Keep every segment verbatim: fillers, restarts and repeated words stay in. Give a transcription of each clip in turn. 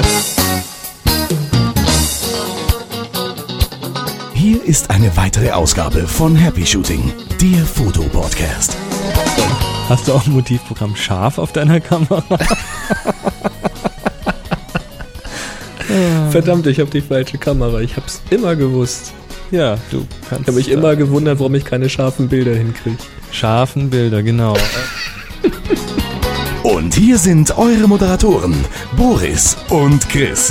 Hier ist eine weitere Ausgabe von Happy Shooting, der Fotopodcast. Hast du auch ein Motivprogramm scharf auf deiner Kamera? Verdammt, ich habe die falsche Kamera. Ich habe es immer gewusst. Ja, du kannst. Ich habe mich immer gewundert, warum ich keine scharfen Bilder hinkriege. Scharfen Bilder, genau. Und hier sind eure Moderatoren, Boris und Chris.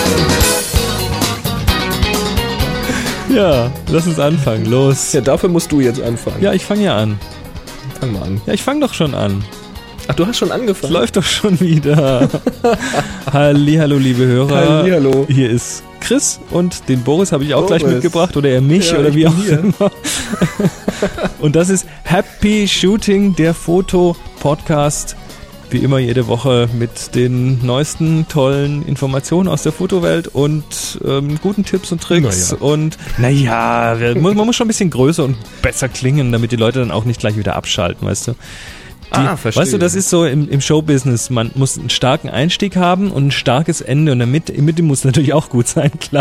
Ja, lass uns anfangen. Los. Ja, dafür musst du jetzt anfangen. Ja, ich fange ja an. Fang mal an. Ja, ich fange doch schon an. Ach, du hast schon angefangen? Es läuft doch schon wieder. Hallihallo, liebe Hörer. Hallihallo. Hier ist Chris und den Boris habe ich auch Boris. gleich mitgebracht. Oder er mich Ja, oder ich wie bin auch hier. immer. Und das ist Happy Shooting, der Foto-Podcast. Wie immer jede Woche mit den neuesten tollen Informationen aus der Fotowelt und ähm, guten Tipps und Tricks. Naja. Und naja, man muss schon ein bisschen größer und besser klingen, damit die Leute dann auch nicht gleich wieder abschalten, weißt du. Die, Ah, verstehe. Weißt du, das ist so im, im Showbusiness, man muss einen starken Einstieg haben und ein starkes Ende und in der Mitte, in der Mitte muss natürlich auch gut sein, klar.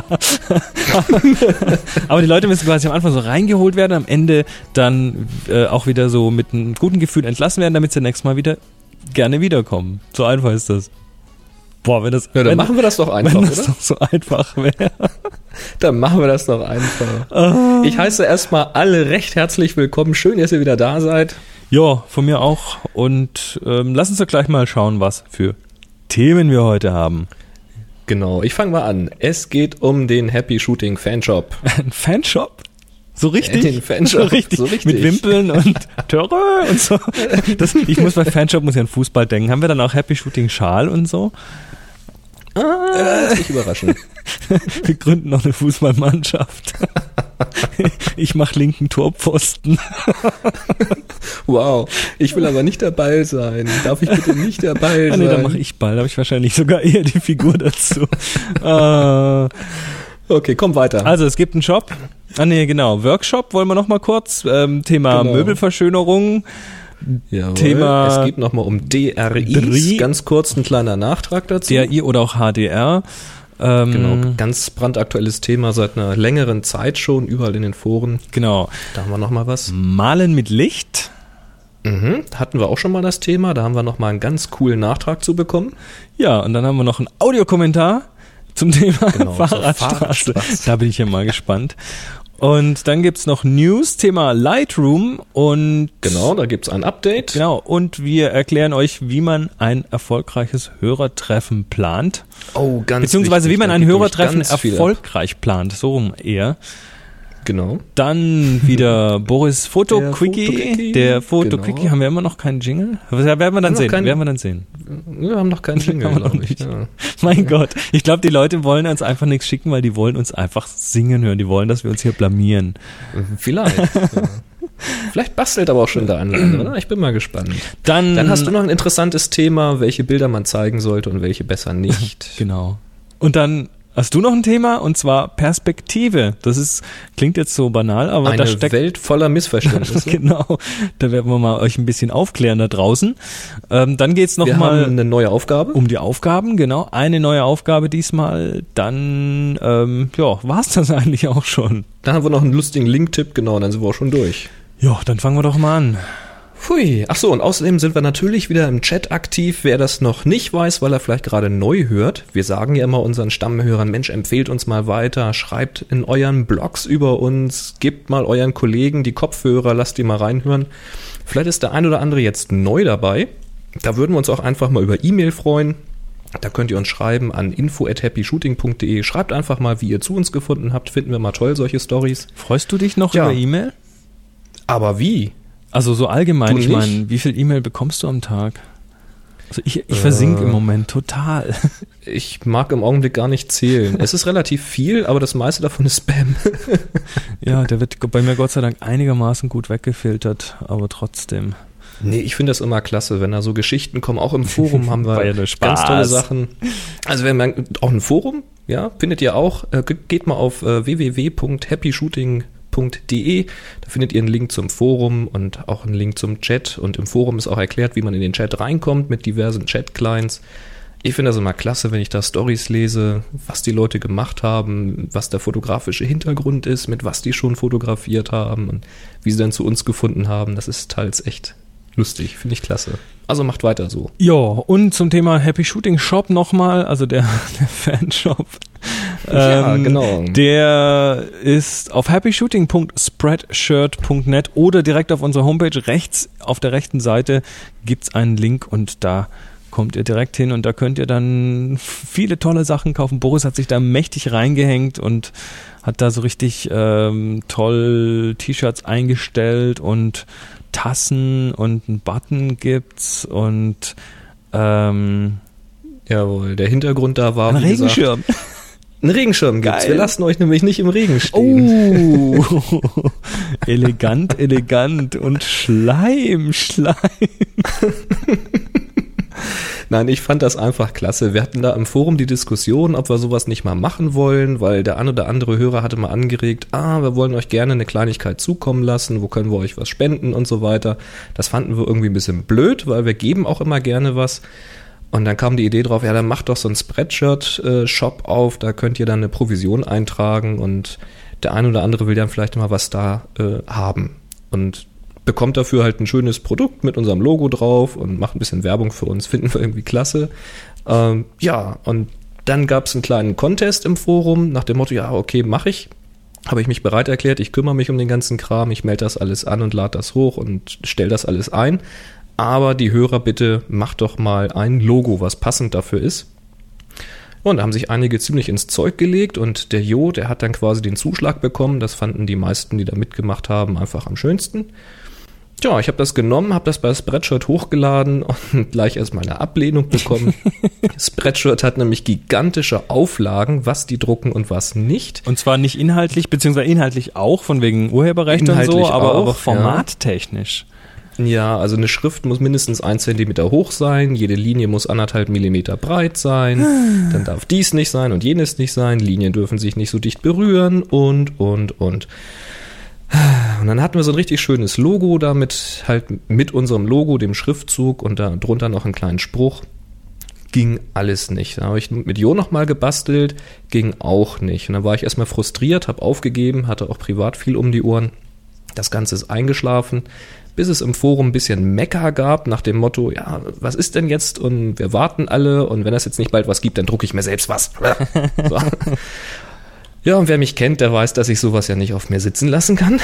Aber die Leute müssen quasi am Anfang so reingeholt werden, am Ende dann äh, auch wieder so mit einem guten Gefühl entlassen werden, damit sie nächstes Mal wieder gerne wiederkommen. So einfach ist das. Boah, wenn das... Ja, dann wenn, machen wir das doch einfach, wenn das oder? doch so einfach wäre. Dann machen wir das doch einfach. Ich heiße erstmal alle recht herzlich willkommen. Schön, dass ihr wieder da seid. Ja, von mir auch. Und ähm, lass uns doch gleich mal schauen, was für Themen wir heute haben. Genau, ich fange mal an. Es geht um den Happy Shooting Fanshop. Ein Fanshop? So richtig? Den Fanshop, so richtig, so richtig. Mit Wimpeln und Törre und so. Das, ich muss bei Fanshop, muss ich an Fußball denken. Haben wir dann auch Happy Shooting Schal und so? Ah, lass mich überraschen. Wir gründen noch eine Fußballmannschaft. Ich mache linken Torpfosten. Wow, ich will aber nicht dabei sein. Darf ich bitte nicht dabei Ah, sein? nee, da mache ich Ball. Da habe ich wahrscheinlich sogar eher die Figur dazu. äh, Okay, komm weiter. also es gibt einen Shop. Ah nee, genau. Workshop wollen wir noch mal kurz. Ähm, Thema Genau. Möbelverschönerung. Jawohl. Thema- Es geht nochmal um D R Is. Dri- Ganz kurz ein kleiner Nachtrag dazu. D R I oder auch H D R. Ähm, Genau, ganz brandaktuelles Thema seit einer längeren Zeit schon, überall in den Foren. Genau. Da haben wir nochmal was. Malen mit Licht. Mhm. Hatten wir auch schon mal das Thema, da haben wir nochmal einen ganz coolen Nachtrag zu bekommen. Ja, und dann haben wir noch einen Audiokommentar zum Thema Genau, zur Fahrradstraße. Fahrradstraße. Da bin ich ja mal gespannt. Und dann gibt's noch News, Thema Lightroom und Genau, da gibt's ein Update. genau, und wir erklären euch, wie man ein erfolgreiches Hörertreffen plant. Oh, ganz Beziehungsweise wichtig, wie man da ein geht nämlich Hörertreffen ganz viel ab. erfolgreich plant, so rum eher. Genau. Dann wieder Boris Foto Der Quickie. Foto-Quickie, Der Foto Quickie, genau. haben wir immer noch keinen Jingle? Das werden wir dann Haben wir sehen. noch keinen- Werden wir dann sehen. Wir haben noch keinen Jingle, Haben wir noch glaube ich. nicht. Ja. Mein Gott, ich glaube, die Leute wollen uns einfach nichts schicken, weil die wollen uns einfach singen hören. Die wollen, dass wir uns hier blamieren. Vielleicht. Ja. Vielleicht bastelt aber auch schon der eine oder andere. ne? Ich bin mal gespannt. Dann, Dann hast du noch ein interessantes Thema, welche Bilder man zeigen sollte und welche besser nicht. Genau. Und dann hast du noch ein Thema, und zwar Perspektive. Das ist, klingt jetzt so banal, aber Eine da steckt Welt voller Missverständnisse. genau, da werden wir mal euch ein bisschen aufklären da draußen. Ähm, dann geht's noch Wir mal haben eine neue Aufgabe. um die Aufgaben, genau. Eine neue Aufgabe diesmal. Dann, ähm, ja, war's das eigentlich auch schon. Dann haben wir noch einen lustigen Link-Tipp, genau, dann sind wir auch schon durch. Ja, dann fangen wir doch mal an. Hui. Ach so, und außerdem sind wir natürlich wieder im Chat aktiv. Wer das noch nicht weiß, weil er vielleicht gerade neu hört. Wir sagen ja immer unseren Stammhörern, Mensch, empfehlt uns mal weiter, schreibt in euren Blogs über uns, gebt mal euren Kollegen die Kopfhörer, lasst die mal reinhören. Vielleicht ist der ein oder andere jetzt neu dabei. Da würden wir uns auch einfach mal über E-Mail freuen. Da könnt ihr uns schreiben an info at happy shooting punkt de. Schreibt einfach mal, wie ihr zu uns gefunden habt. Finden wir mal toll, solche Stories. Freust du dich noch Ja. über E-Mail? Aber wie? Also so allgemein, Du ich nicht? meine, wie viel E-Mail bekommst du am Tag? Also ich, ich versinke Äh. im Moment total. Ich mag im Augenblick gar nicht zählen. Es ist relativ viel, aber das meiste davon ist Spam. Ja, der wird bei mir Gott sei Dank einigermaßen gut weggefiltert, aber trotzdem. Nee, ich finde das immer klasse, wenn da so Geschichten kommen. Auch im Forum haben wir War ja nur Spaß. ganz tolle Sachen. Also wenn man auch ein Forum, ja, findet ihr auch. Äh, ge- geht mal auf äh, w w w punkt happy shooting punkt de. Da findet ihr einen Link zum Forum und auch einen Link zum Chat. Und im Forum ist auch erklärt, wie man in den Chat reinkommt mit diversen Chat-Clients. Ich finde das immer klasse, wenn ich da Storys lese, was die Leute gemacht haben, was der fotografische Hintergrund ist, mit was die schon fotografiert haben und wie sie dann zu uns gefunden haben. Das ist teils echt lustig, finde ich klasse. Also macht weiter so. Ja, und zum Thema Happy Shooting Shop nochmal, also der, der Fanshop. Ja, ähm, genau. Der ist auf happy shooting punkt spreadshirt punkt net oder direkt auf unserer Homepage. Rechts auf der rechten Seite gibt's einen Link und da kommt ihr direkt hin und da könnt ihr dann viele tolle Sachen kaufen. Boris hat sich da mächtig reingehängt und hat da so richtig ähm, toll T-Shirts eingestellt und Tassen und einen Button gibt's und ähm, jawohl, der Hintergrund da war, ein wie Regenschirm. Gesagt, ein Regenschirm gibt's. Geil. Wir lassen euch nämlich nicht im Regen stehen. Oh, elegant, elegant und Schleim, Schleim. Nein, ich fand das einfach klasse. Wir hatten da im Forum die Diskussion, ob wir sowas nicht mal machen wollen, weil der ein oder andere Hörer hatte mal angeregt, ah, wir wollen euch gerne eine Kleinigkeit zukommen lassen, wo können wir euch was spenden und so weiter. Das fanden wir irgendwie ein bisschen blöd, weil wir geben auch immer gerne was. Und dann kam die Idee drauf, ja, dann macht doch so einen Spreadshirt-Shop auf, da könnt ihr dann eine Provision eintragen und der ein oder andere will dann vielleicht mal was da äh, haben. Und bekommt dafür halt ein schönes Produkt mit unserem Logo drauf und macht ein bisschen Werbung für uns, finden wir irgendwie klasse. Ähm, ja, und dann gab es einen kleinen Contest im Forum nach dem Motto, ja, okay, mache ich. Habe ich mich bereit erklärt, ich kümmere mich um den ganzen Kram, ich melde das alles an und lade das hoch und stelle das alles ein. Aber die Hörer, bitte macht doch mal ein Logo, was passend dafür ist. Und da haben sich einige ziemlich ins Zeug gelegt und der Jo, der hat dann quasi den Zuschlag bekommen. Das fanden die meisten, die da mitgemacht haben, einfach am schönsten. Tja, ich habe das genommen, habe das bei Spreadshirt hochgeladen und gleich erstmal eine Ablehnung bekommen. Spreadshirt hat nämlich gigantische Auflagen, was die drucken und was nicht. Und zwar nicht inhaltlich, beziehungsweise inhaltlich auch, von wegen Urheberrecht Inhaltlich und so, aber, auch, aber formattechnisch. Ja, also eine Schrift muss mindestens ein Zentimeter hoch sein, jede Linie muss anderthalb Millimeter breit sein, dann darf dies nicht sein und jenes nicht sein, Linien dürfen sich nicht so dicht berühren und, und, und. Und dann hatten wir so ein richtig schönes Logo damit, halt mit unserem Logo, dem Schriftzug und da drunter noch einen kleinen Spruch. Ging alles nicht. Da habe ich mit Jo nochmal gebastelt, ging auch nicht. Und dann war ich erstmal frustriert, habe aufgegeben, hatte auch privat viel um die Ohren. Das Ganze ist eingeschlafen, bis es im Forum ein bisschen Mecker gab nach dem Motto, ja, was ist denn jetzt? Und wir warten alle und wenn es jetzt nicht bald was gibt, dann drucke ich mir selbst was. So. Ja, und wer mich kennt, der weiß, dass ich sowas ja nicht auf mir sitzen lassen kann.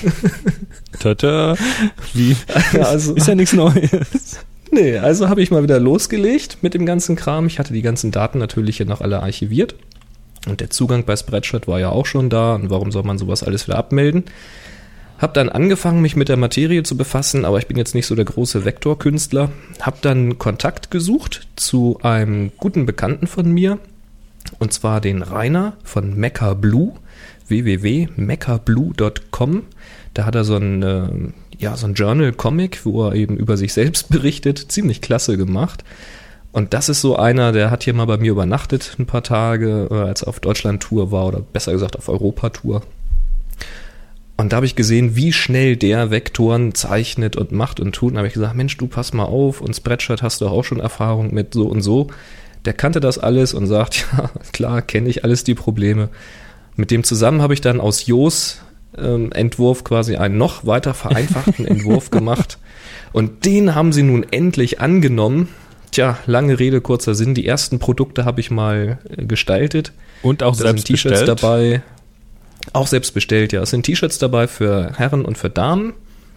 Tata, wie? Also, ist ja nichts Neues. Nee, also habe ich mal wieder losgelegt mit dem ganzen Kram. Ich hatte die ganzen Daten natürlich hier noch alle archiviert. Und der Zugang bei Spreadshirt war ja auch schon da. Und warum soll man sowas alles wieder abmelden? Hab dann angefangen, mich mit der Materie zu befassen, aber ich bin jetzt nicht so der große Vektorkünstler. Hab dann Kontakt gesucht zu einem guten Bekannten von mir. Und zwar den Rainer von Mecca Blue, w w w punkt mecca blue punkt com. Da hat er so ein, äh, ja, so ein Journal-Comic, wo er eben über sich selbst berichtet. Ziemlich klasse gemacht. Und das ist so einer, der hat hier mal bei mir übernachtet ein paar Tage, äh, als er auf Deutschland-Tour war oder besser gesagt auf Europa-Tour. Und da habe ich gesehen, wie schnell der Vektoren zeichnet und macht und tut. Und da habe ich gesagt, Mensch, du pass mal auf und Spreadshirt hast du auch schon Erfahrung mit so und so. Der kannte das alles und sagt, ja, klar, kenne ich alles die Probleme. Mit dem zusammen habe ich dann aus Jos ähm, Entwurf quasi einen noch weiter vereinfachten Entwurf gemacht. Und den haben sie nun endlich angenommen. Tja, lange Rede, kurzer Sinn. Die ersten Produkte habe ich mal äh, gestaltet. Und auch da selbst sind T-Shirts bestellt? dabei. Auch selbst bestellt, ja. Es sind T-Shirts dabei für Herren und für Damen.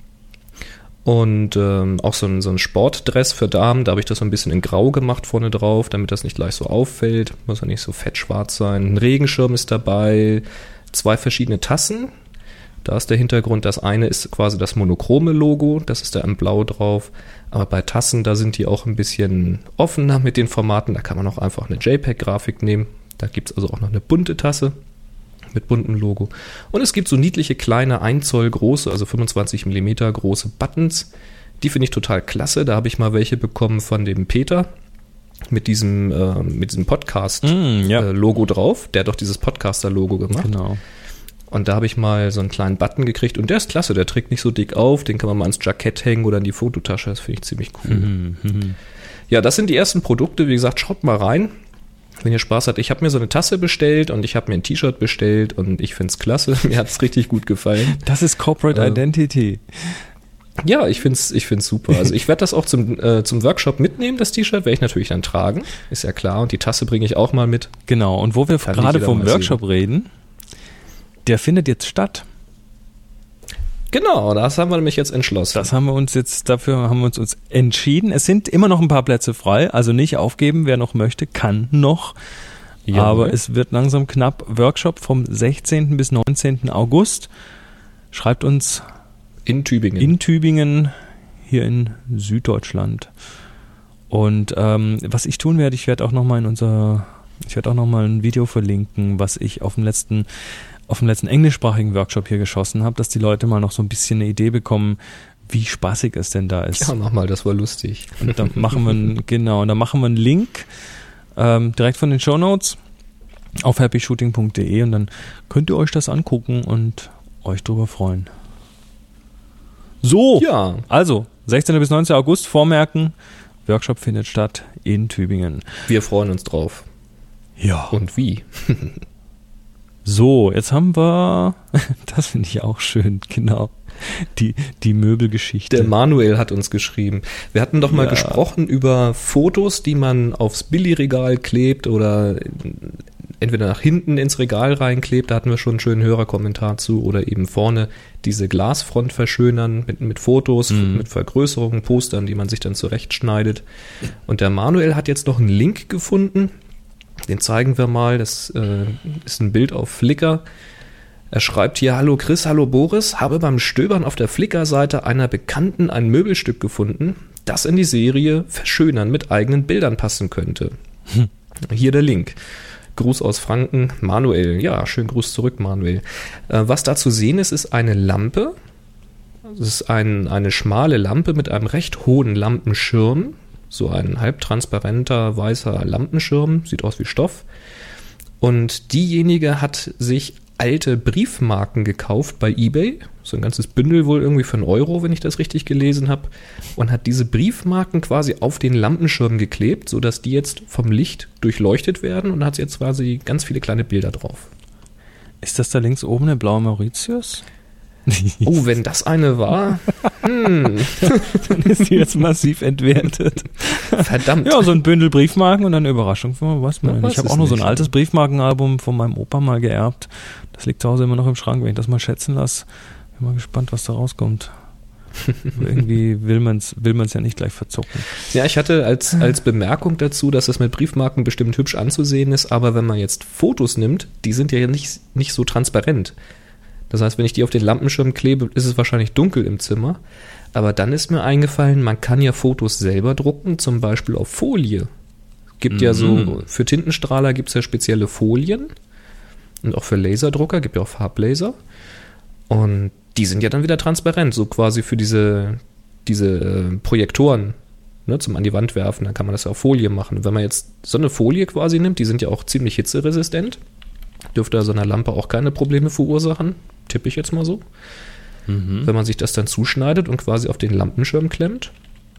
Und ähm, auch so ein, so ein Sportdress für Damen, da habe ich das so ein bisschen in Grau gemacht vorne drauf, damit das nicht gleich so auffällt. Muss ja nicht so fett schwarz sein. Ein Regenschirm ist dabei, zwei verschiedene Tassen. Da ist der Hintergrund, das eine ist quasi das monochrome Logo, das ist da im Blau drauf. Aber bei Tassen, da sind die auch ein bisschen offener mit den Formaten. Da kann man auch einfach eine JPEG-Grafik nehmen. Da gibt es also auch noch eine bunte Tasse mit buntem Logo. Und es gibt so niedliche kleine ein Zoll große, also fünfundzwanzig Millimeter große Buttons. Die finde ich total klasse. Da habe ich mal welche bekommen von dem Peter mit diesem, äh, mit diesem Podcast-Logo mm, ja. äh, drauf. Der hat doch dieses Podcaster-Logo gemacht. Genau. Und da habe ich mal so einen kleinen Button gekriegt und der ist klasse. Der trägt nicht so dick auf. Den kann man mal ans Jackett hängen oder in die Fototasche. Das finde ich ziemlich cool. Mhm, mhm. Ja, das sind die ersten Produkte. Wie gesagt, schaut mal rein, wenn ihr Spaß habt. Ich habe mir so eine Tasse bestellt und ich habe mir ein T-Shirt bestellt und ich finde es klasse. Mir hat es richtig gut gefallen. Das ist Corporate äh, Identity. Ja, ich finde es ich find's super. Also ich werde das auch zum, äh, zum Workshop mitnehmen, das T-Shirt werde ich natürlich dann tragen, ist ja klar. Und die Tasse bringe ich auch mal mit. Genau, und wo wir Kann gerade nicht jeder vom mal Workshop sehen. reden, der findet jetzt statt. Genau, das haben wir nämlich jetzt entschlossen. Das haben wir uns jetzt, dafür haben wir uns, uns entschieden. Es sind immer noch ein paar Plätze frei, also nicht aufgeben, wer noch möchte, kann noch. Ja. Aber es wird langsam knapp. Workshop vom sechzehnten bis neunzehnten August. Schreibt uns in Tübingen. in Tübingen, hier in Süddeutschland. Und ähm, was ich tun werde, ich werde auch nochmal in unser, ich werde auch nochmal ein Video verlinken, was ich auf dem letzten, auf dem letzten englischsprachigen Workshop hier geschossen habe, dass die Leute mal noch so ein bisschen eine Idee bekommen, wie spaßig es denn da ist. Ja, mach mal, das war lustig. Und da machen wir einen, genau, und da machen wir einen Link ähm, direkt von den Shownotes auf happy shooting punkt de und dann könnt ihr euch das angucken und euch drüber freuen. So, Ja, also sechzehnten bis neunzehnten August vormerken, Workshop findet statt in Tübingen. wir freuen uns drauf. Ja. Und wie? So, jetzt haben wir, das finde ich auch schön, genau, die, die Möbelgeschichte. Der Manuel hat uns geschrieben. Wir hatten doch mal Ja. gesprochen über Fotos, die man aufs Billigregal klebt oder entweder nach hinten ins Regal reinklebt. Da hatten wir schon einen schönen Hörerkommentar zu. Oder eben vorne diese Glasfront verschönern mit, mit Fotos, Mhm. mit Vergrößerungen, Postern, die man sich dann zurechtschneidet. Und der Manuel hat jetzt noch einen Link gefunden. Den zeigen wir mal. Das äh, ist ein Bild auf Flickr. Er schreibt hier: Hallo Chris, hallo Boris, habe beim Stöbern auf der Flickr-Seite einer Bekannten ein Möbelstück gefunden, das in die Serie Verschönern mit eigenen Bildern passen könnte. Hm. Hier der Link. Gruß aus Franken, Manuel. Ja, schönen Gruß zurück, Manuel. Äh, was da zu sehen ist, ist eine Lampe. Es ist ein, eine schmale Lampe mit einem recht hohen Lampenschirm. So ein halbtransparenter, weißer Lampenschirm. Sieht aus wie Stoff. Und diejenige hat sich alte Briefmarken gekauft bei eBay, so ein ganzes Bündel wohl irgendwie für einen Euro, wenn ich das richtig gelesen habe, und hat diese Briefmarken quasi auf den Lampenschirm geklebt, sodass die jetzt vom Licht durchleuchtet werden und hat jetzt quasi ganz viele kleine Bilder drauf. Ist das da links oben der blaue Mauritius? Oh, wenn das eine war, hm, Dann ist die jetzt massiv entwertet. verdammt. Ja, so ein Bündel Briefmarken und eine Überraschung. Weiß man Man nicht. weiß Ich habe es auch noch so ein nicht. altes Briefmarkenalbum von meinem Opa mal geerbt. Das liegt zu Hause immer noch im Schrank, wenn ich das mal schätzen lasse. Bin mal gespannt, was da rauskommt. Aber irgendwie will man es will man's ja nicht gleich verzocken. Ja, ich hatte als, als Bemerkung dazu, dass das mit Briefmarken bestimmt hübsch anzusehen ist, aber wenn man jetzt Fotos nimmt, die sind ja nicht, nicht so transparent. Das heißt, wenn ich die auf den Lampenschirm klebe, ist es wahrscheinlich dunkel im Zimmer. Aber dann ist mir eingefallen, man kann ja Fotos selber drucken, zum Beispiel auf Folie. Gibt Mhm. ja so, für Tintenstrahler gibt es ja spezielle Folien. Und auch für Laserdrucker, gibt ja auch Farblaser. Und die sind ja dann wieder transparent, so quasi für diese, diese äh, Projektoren, ne, zum an die Wand werfen. Dann kann man das ja auf Folie machen. Und wenn man jetzt so eine Folie quasi nimmt, die sind ja auch ziemlich hitzeresistent, dürfte so einer Lampe auch keine Probleme verursachen, tippe ich jetzt mal so. Mhm. Wenn man sich das dann zuschneidet und quasi auf den Lampenschirm klemmt,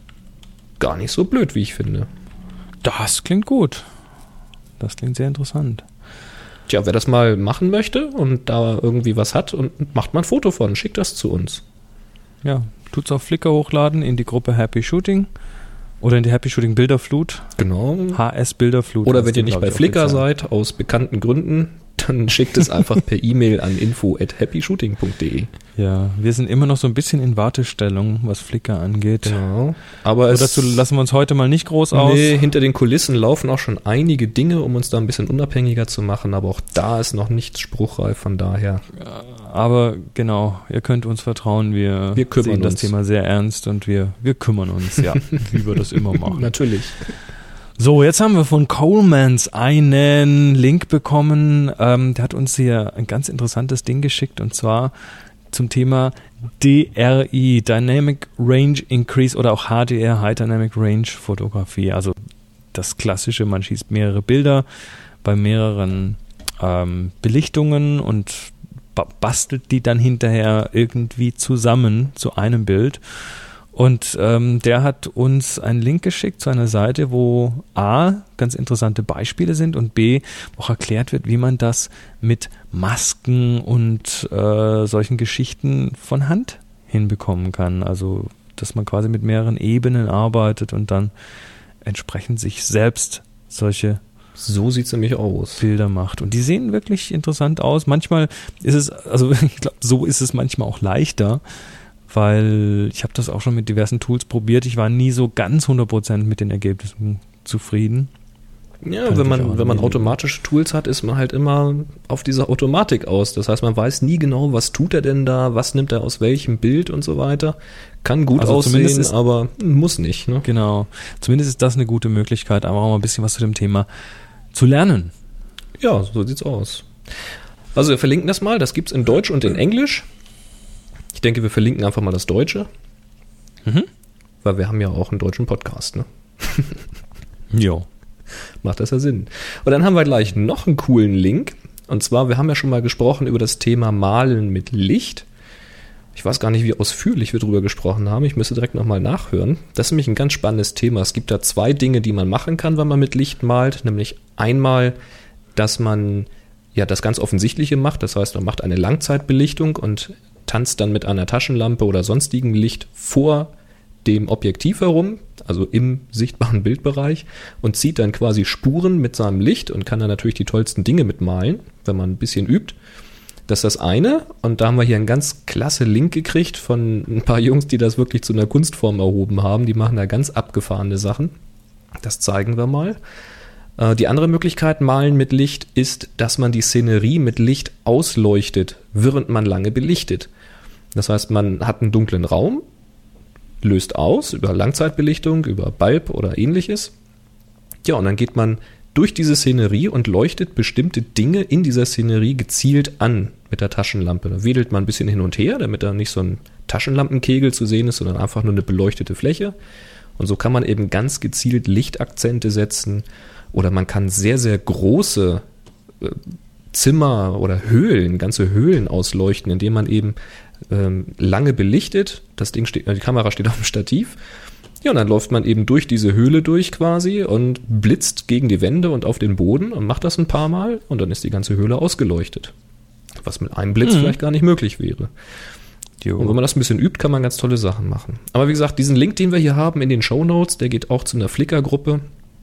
gar nicht so blöd, wie ich finde. Das klingt gut. Das klingt sehr interessant. Tja, wer das mal machen möchte und da irgendwie was hat, und macht mal ein Foto von, schickt das zu uns. Ja, tut's auf Flickr hochladen in die Gruppe Happy Shooting oder in die Happy Shooting Bilderflut. Genau. H S Bilderflut. Oder heißt wenn die, ihr nicht glaub bei ich, Flickr offiziell. seid, aus bekannten Gründen, dann schickt es einfach per E-Mail an info at happy shooting punkt de. Ja, wir sind immer noch so ein bisschen in Wartestellung, was Flickr angeht. Genau. Aber Aber es, dazu lassen wir uns heute mal nicht groß aus. nee, hinter den Kulissen laufen auch schon einige Dinge, um uns da ein bisschen unabhängiger zu machen, aber auch da ist noch nichts spruchreif, von daher. Aber genau, ihr könnt uns vertrauen, wir, Wir kümmern sehen das uns. Thema sehr ernst und wir, wir kümmern uns, ja, wie wir das immer machen. Natürlich. So, jetzt haben wir von Colemans einen Link bekommen. Ähm, der hat uns hier ein ganz interessantes Ding geschickt, und zwar zum Thema D R I, Dynamic Range Increase, oder auch H D R, High Dynamic Range Fotografie. Also das Klassische, man schießt mehrere Bilder bei mehreren ähm, Belichtungen und ba- bastelt die dann hinterher irgendwie zusammen zu einem Bild. Und ähm, der hat uns einen Link geschickt zu einer Seite, wo A, ganz interessante Beispiele sind und B, auch erklärt wird, wie man das mit Masken und äh, solchen Geschichten von Hand hinbekommen kann. Also, dass man quasi mit mehreren Ebenen arbeitet und dann entsprechend sich selbst solche So sieht's nämlich aus. Bilder macht. Und die sehen wirklich interessant aus. Manchmal ist es, also ich glaube, so ist es manchmal auch leichter, weil ich habe das auch schon mit diversen Tools probiert. Ich war nie so ganz hundert Prozent mit den Ergebnissen zufrieden. Ja, Kann wenn man, natürlich auch wenn man nie- automatische Tools hat, ist man halt immer auf dieser Automatik aus. Das heißt, man weiß nie genau, was tut er denn da, was nimmt er aus welchem Bild und so weiter. Kann gut Also zumindest aussehen, ist- aber muss nicht. Ne? Genau. Zumindest ist das eine gute Möglichkeit, einfach mal ein bisschen was zu dem Thema zu lernen. Ja, so sieht's aus. Also wir verlinken das mal. Das gibt's in Deutsch und in Englisch. Ich denke, wir verlinken einfach mal das Deutsche, Mhm. weil wir haben ja auch einen deutschen Podcast. Ne? Jo. Macht das ja Sinn. Und dann haben wir gleich noch einen coolen Link. Und zwar, wir haben ja schon mal gesprochen über das Thema Malen mit Licht. Ich weiß gar nicht, wie ausführlich wir darüber gesprochen haben. Ich müsste direkt nochmal nachhören. Das ist nämlich ein ganz spannendes Thema. Es gibt da zwei Dinge, die man machen kann, wenn man mit Licht malt. Nämlich einmal, dass man ja das ganz Offensichtliche macht. Das heißt, man macht eine Langzeitbelichtung und tanzt dann mit einer Taschenlampe oder sonstigem Licht vor dem Objektiv herum, also im sichtbaren Bildbereich, und zieht dann quasi Spuren mit seinem Licht und kann dann natürlich die tollsten Dinge mitmalen, wenn man ein bisschen übt. Das ist das eine. Und da haben wir hier einen ganz klasse Link gekriegt von ein paar Jungs, die das wirklich zu einer Kunstform erhoben haben. Die machen da ganz abgefahrene Sachen. Das zeigen wir mal. Äh, die andere Möglichkeit, malen mit Licht, ist, dass man die Szenerie mit Licht ausleuchtet, während man lange belichtet. Das heißt, man hat einen dunklen Raum, löst aus über Langzeitbelichtung, über Bulb oder ähnliches. Ja, und dann geht man durch diese Szenerie und leuchtet bestimmte Dinge in dieser Szenerie gezielt an mit der Taschenlampe. Da wedelt man ein bisschen hin und her, damit da nicht so ein Taschenlampenkegel zu sehen ist, sondern einfach nur eine beleuchtete Fläche. Und so kann man eben ganz gezielt Lichtakzente setzen oder man kann sehr, sehr große äh, Zimmer oder Höhlen, ganze Höhlen ausleuchten, indem man eben ähm, lange belichtet. Das Ding steht, die Kamera steht auf dem Stativ. Ja, und dann läuft man eben durch diese Höhle durch quasi und blitzt gegen die Wände und auf den Boden und macht das ein paar Mal und dann ist die ganze Höhle ausgeleuchtet. Was mit einem Blitz Mhm. vielleicht gar nicht möglich wäre. Jo. Und wenn man das ein bisschen übt, kann man ganz tolle Sachen machen. Aber wie gesagt, diesen Link, den wir hier haben in den Shownotes, der geht auch zu einer Flickr-Gruppe.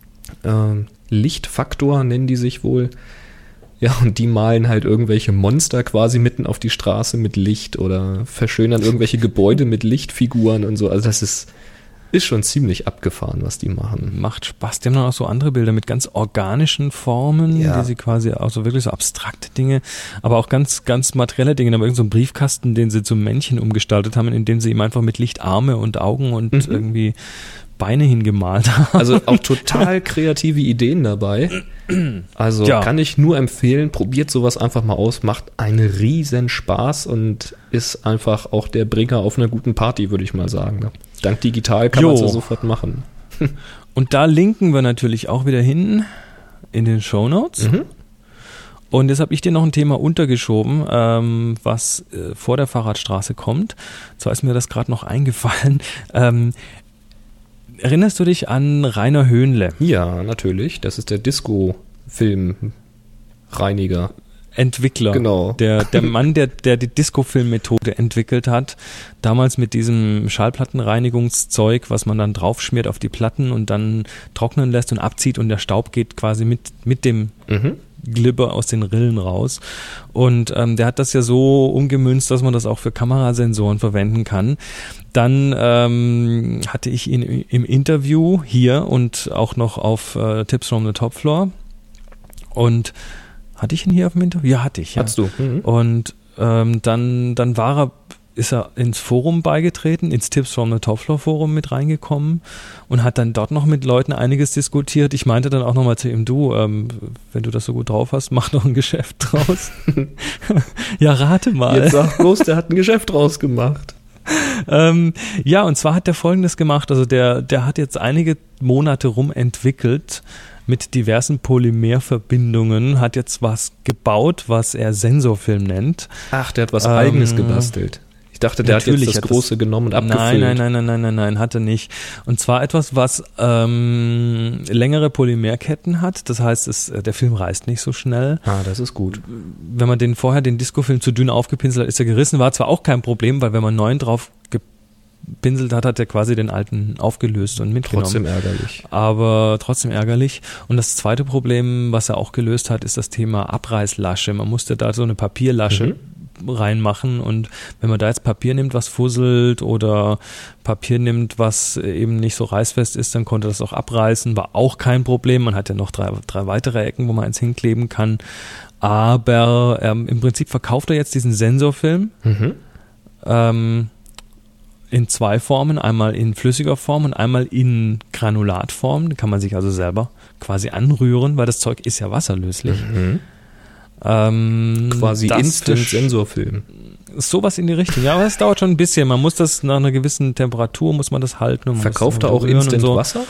Ähm, Lichtfaktor nennen die sich wohl. Ja, und die malen halt irgendwelche Monster quasi mitten auf die Straße mit Licht oder verschönern irgendwelche Gebäude mit Lichtfiguren und so. Also das ist, ist schon ziemlich abgefahren, was die machen. Macht Spaß. Die haben dann auch so andere Bilder mit ganz organischen Formen, Ja. die sie quasi auch so wirklich so abstrakte Dinge, aber auch ganz, ganz materielle Dinge. Da haben wir irgend so einen Briefkasten, den sie zum Männchen umgestaltet haben, in dem sie ihm einfach mit Licht Arme und Augen und Mhm. irgendwie Beine hingemalt haben. Also auch total kreative Ideen dabei. Also Ja. kann ich nur empfehlen, probiert sowas einfach mal aus, macht einen riesen Spaß und ist einfach auch der Bringer auf einer guten Party, würde ich mal sagen. Ne? Dank digital kann Jo. man es ja sofort machen. Und da linken wir natürlich auch wieder hin in den Shownotes. Mhm. Und jetzt habe ich dir noch ein Thema untergeschoben, ähm, was äh, vor der Fahrradstraße kommt. Zwar ist mir das gerade noch eingefallen. Ähm, erinnerst du dich an Rainer Höhnle? Ja, natürlich. Das ist der Disco-Film-Reiniger. Entwickler. Genau. Der, der Mann, der, der die Disco-Film-Methode entwickelt hat, damals mit diesem Schallplattenreinigungszeug, was man dann draufschmiert auf die Platten und dann trocknen lässt und abzieht und der Staub geht quasi mit, mit dem Mhm. Glibber aus den Rillen raus. Und ähm, der hat das ja so umgemünzt, dass man das auch für Kamerasensoren verwenden kann. Dann ähm, hatte ich ihn im Interview hier und auch noch auf äh, Tips from the Top Floor. Und hatte ich ihn hier auf dem Interview? Ja, hatte ich. Ja. Hattest du. Mhm. Und ähm, dann, dann war er, ist er ins Forum beigetreten, ins Tips from the Top Floor Forum mit reingekommen und hat dann dort noch mit Leuten einiges diskutiert. Ich meinte dann auch nochmal zu ihm, du, ähm, wenn du das so gut drauf hast, mach doch ein Geschäft draus. Ja, rate mal. Jetzt sag bloß, der hat ein Geschäft draus gemacht. Ähm, ja, und zwar hat der Folgendes gemacht, also der, der hat jetzt einige Monate rum entwickelt mit diversen Polymerverbindungen, hat jetzt was gebaut, was er Sensorfilm nennt. Ach, der hat was Ähm, Eigenes gebastelt. Ich dachte, der Natürlich hat jetzt das hat Große das, genommen und abgefüllt. Nein, nein, nein, nein, nein, nein, nein, hat er nicht. Und zwar etwas, was ähm, längere Polymerketten hat. Das heißt, es, der Film reißt nicht so schnell. Ah, das ist gut. Wenn man den vorher, den Disco-Film zu dünn aufgepinselt hat, ist er gerissen. War zwar auch kein Problem, weil wenn man neuen drauf gepinselt hat, hat er quasi den alten aufgelöst und mitgenommen. Trotzdem ärgerlich. Aber trotzdem ärgerlich. Und das zweite Problem, was er auch gelöst hat, ist das Thema Abreißlasche. Man musste da so eine Papierlasche mhm. reinmachen und wenn man da jetzt Papier nimmt, was fusselt oder Papier nimmt, was eben nicht so reißfest ist, dann konnte das auch abreißen, war auch kein Problem. Man hat ja noch drei, drei weitere Ecken, wo man eins hinkleben kann. Aber ähm, im Prinzip verkauft er jetzt diesen Sensorfilm mhm. ähm, in zwei Formen, einmal in flüssiger Form und einmal in Granulatform. Den kann man sich also selber quasi anrühren, weil das Zeug ist ja wasserlöslich. Mhm. Ähm, Quasi Instant-Sensorfilm. Sowas in die Richtung. Ja, aber es dauert schon ein bisschen. Man muss das nach einer gewissen Temperatur, muss man das halten. Und verkauft er auch Instant so. Wasser?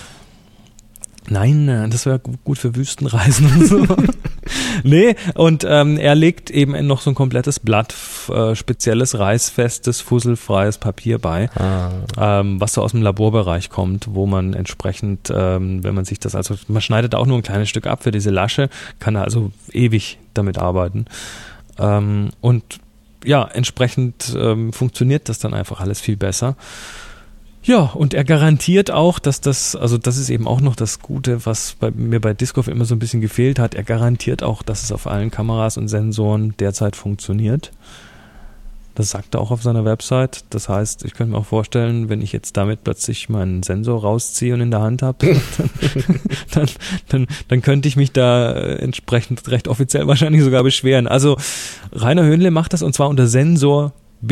Nein, das wäre gut für Wüstenreisen und so. Nee, und ähm, er legt eben noch so ein komplettes Blatt, äh, spezielles, reißfestes, fusselfreies Papier bei, ah. ähm, was so aus dem Laborbereich kommt, wo man entsprechend, ähm, wenn man sich das, also man schneidet auch nur ein kleines Stück ab für diese Lasche, kann er also ewig damit arbeiten. Ähm, und ja, entsprechend ähm, funktioniert das dann einfach alles viel besser. Ja, und er garantiert auch, dass das, also das ist eben auch noch das Gute, was bei mir bei Discof immer so ein bisschen gefehlt hat, er garantiert auch, dass es auf allen Kameras und Sensoren derzeit funktioniert. Das sagt er auch auf seiner Website. Das heißt, ich könnte mir auch vorstellen, wenn ich jetzt damit plötzlich meinen Sensor rausziehe und in der Hand habe, dann, dann, dann, dann könnte ich mich da entsprechend recht offiziell wahrscheinlich sogar beschweren. Also Rainer Höhnle macht das und zwar unter Sensor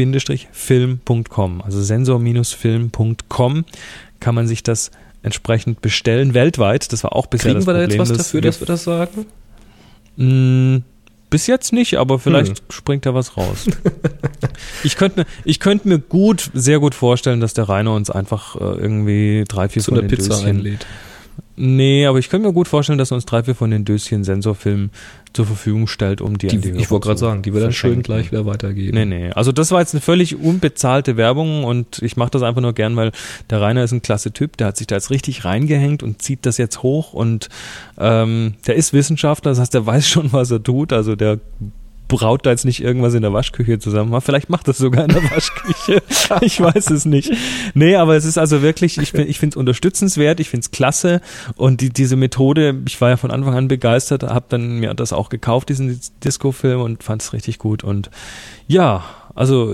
film punkt com, also sensor film punkt com kann man sich das entsprechend bestellen, weltweit. Das war auch bisher Kriegen das Problem. Kriegen wir da jetzt was dafür, dass wir das sagen? Mh, bis jetzt nicht, aber vielleicht hm. springt da was raus. ich könnte mir, ich könnte mir gut, sehr gut vorstellen, dass der Rainer uns einfach äh, irgendwie drei, vier Zu von einer den Pizza Döschen einlädt. Nee, aber ich könnte mir gut vorstellen, dass er uns drei, vier von den Döschen Sensorfilm zur Verfügung stellt, um die, die an die Ich wollte gerade sagen, die wir dann schön gleich wieder weitergeben. Nee, nee. Also das war jetzt eine völlig unbezahlte Werbung und ich mache das einfach nur gern, weil der Rainer ist ein klasse Typ, der hat sich da jetzt richtig reingehängt und zieht das jetzt hoch und ähm, der ist Wissenschaftler, das heißt, der weiß schon, was er tut, also der braut da jetzt nicht irgendwas in der Waschküche zusammen. Vielleicht macht das sogar in der Waschküche. Ich weiß es nicht. Nee, aber es ist also wirklich, ich, ich finde es unterstützenswert, ich finde es klasse und die, diese Methode, ich war ja von Anfang an begeistert, habe dann mir das auch gekauft, diesen Disco-Film und fand es richtig gut und ja, also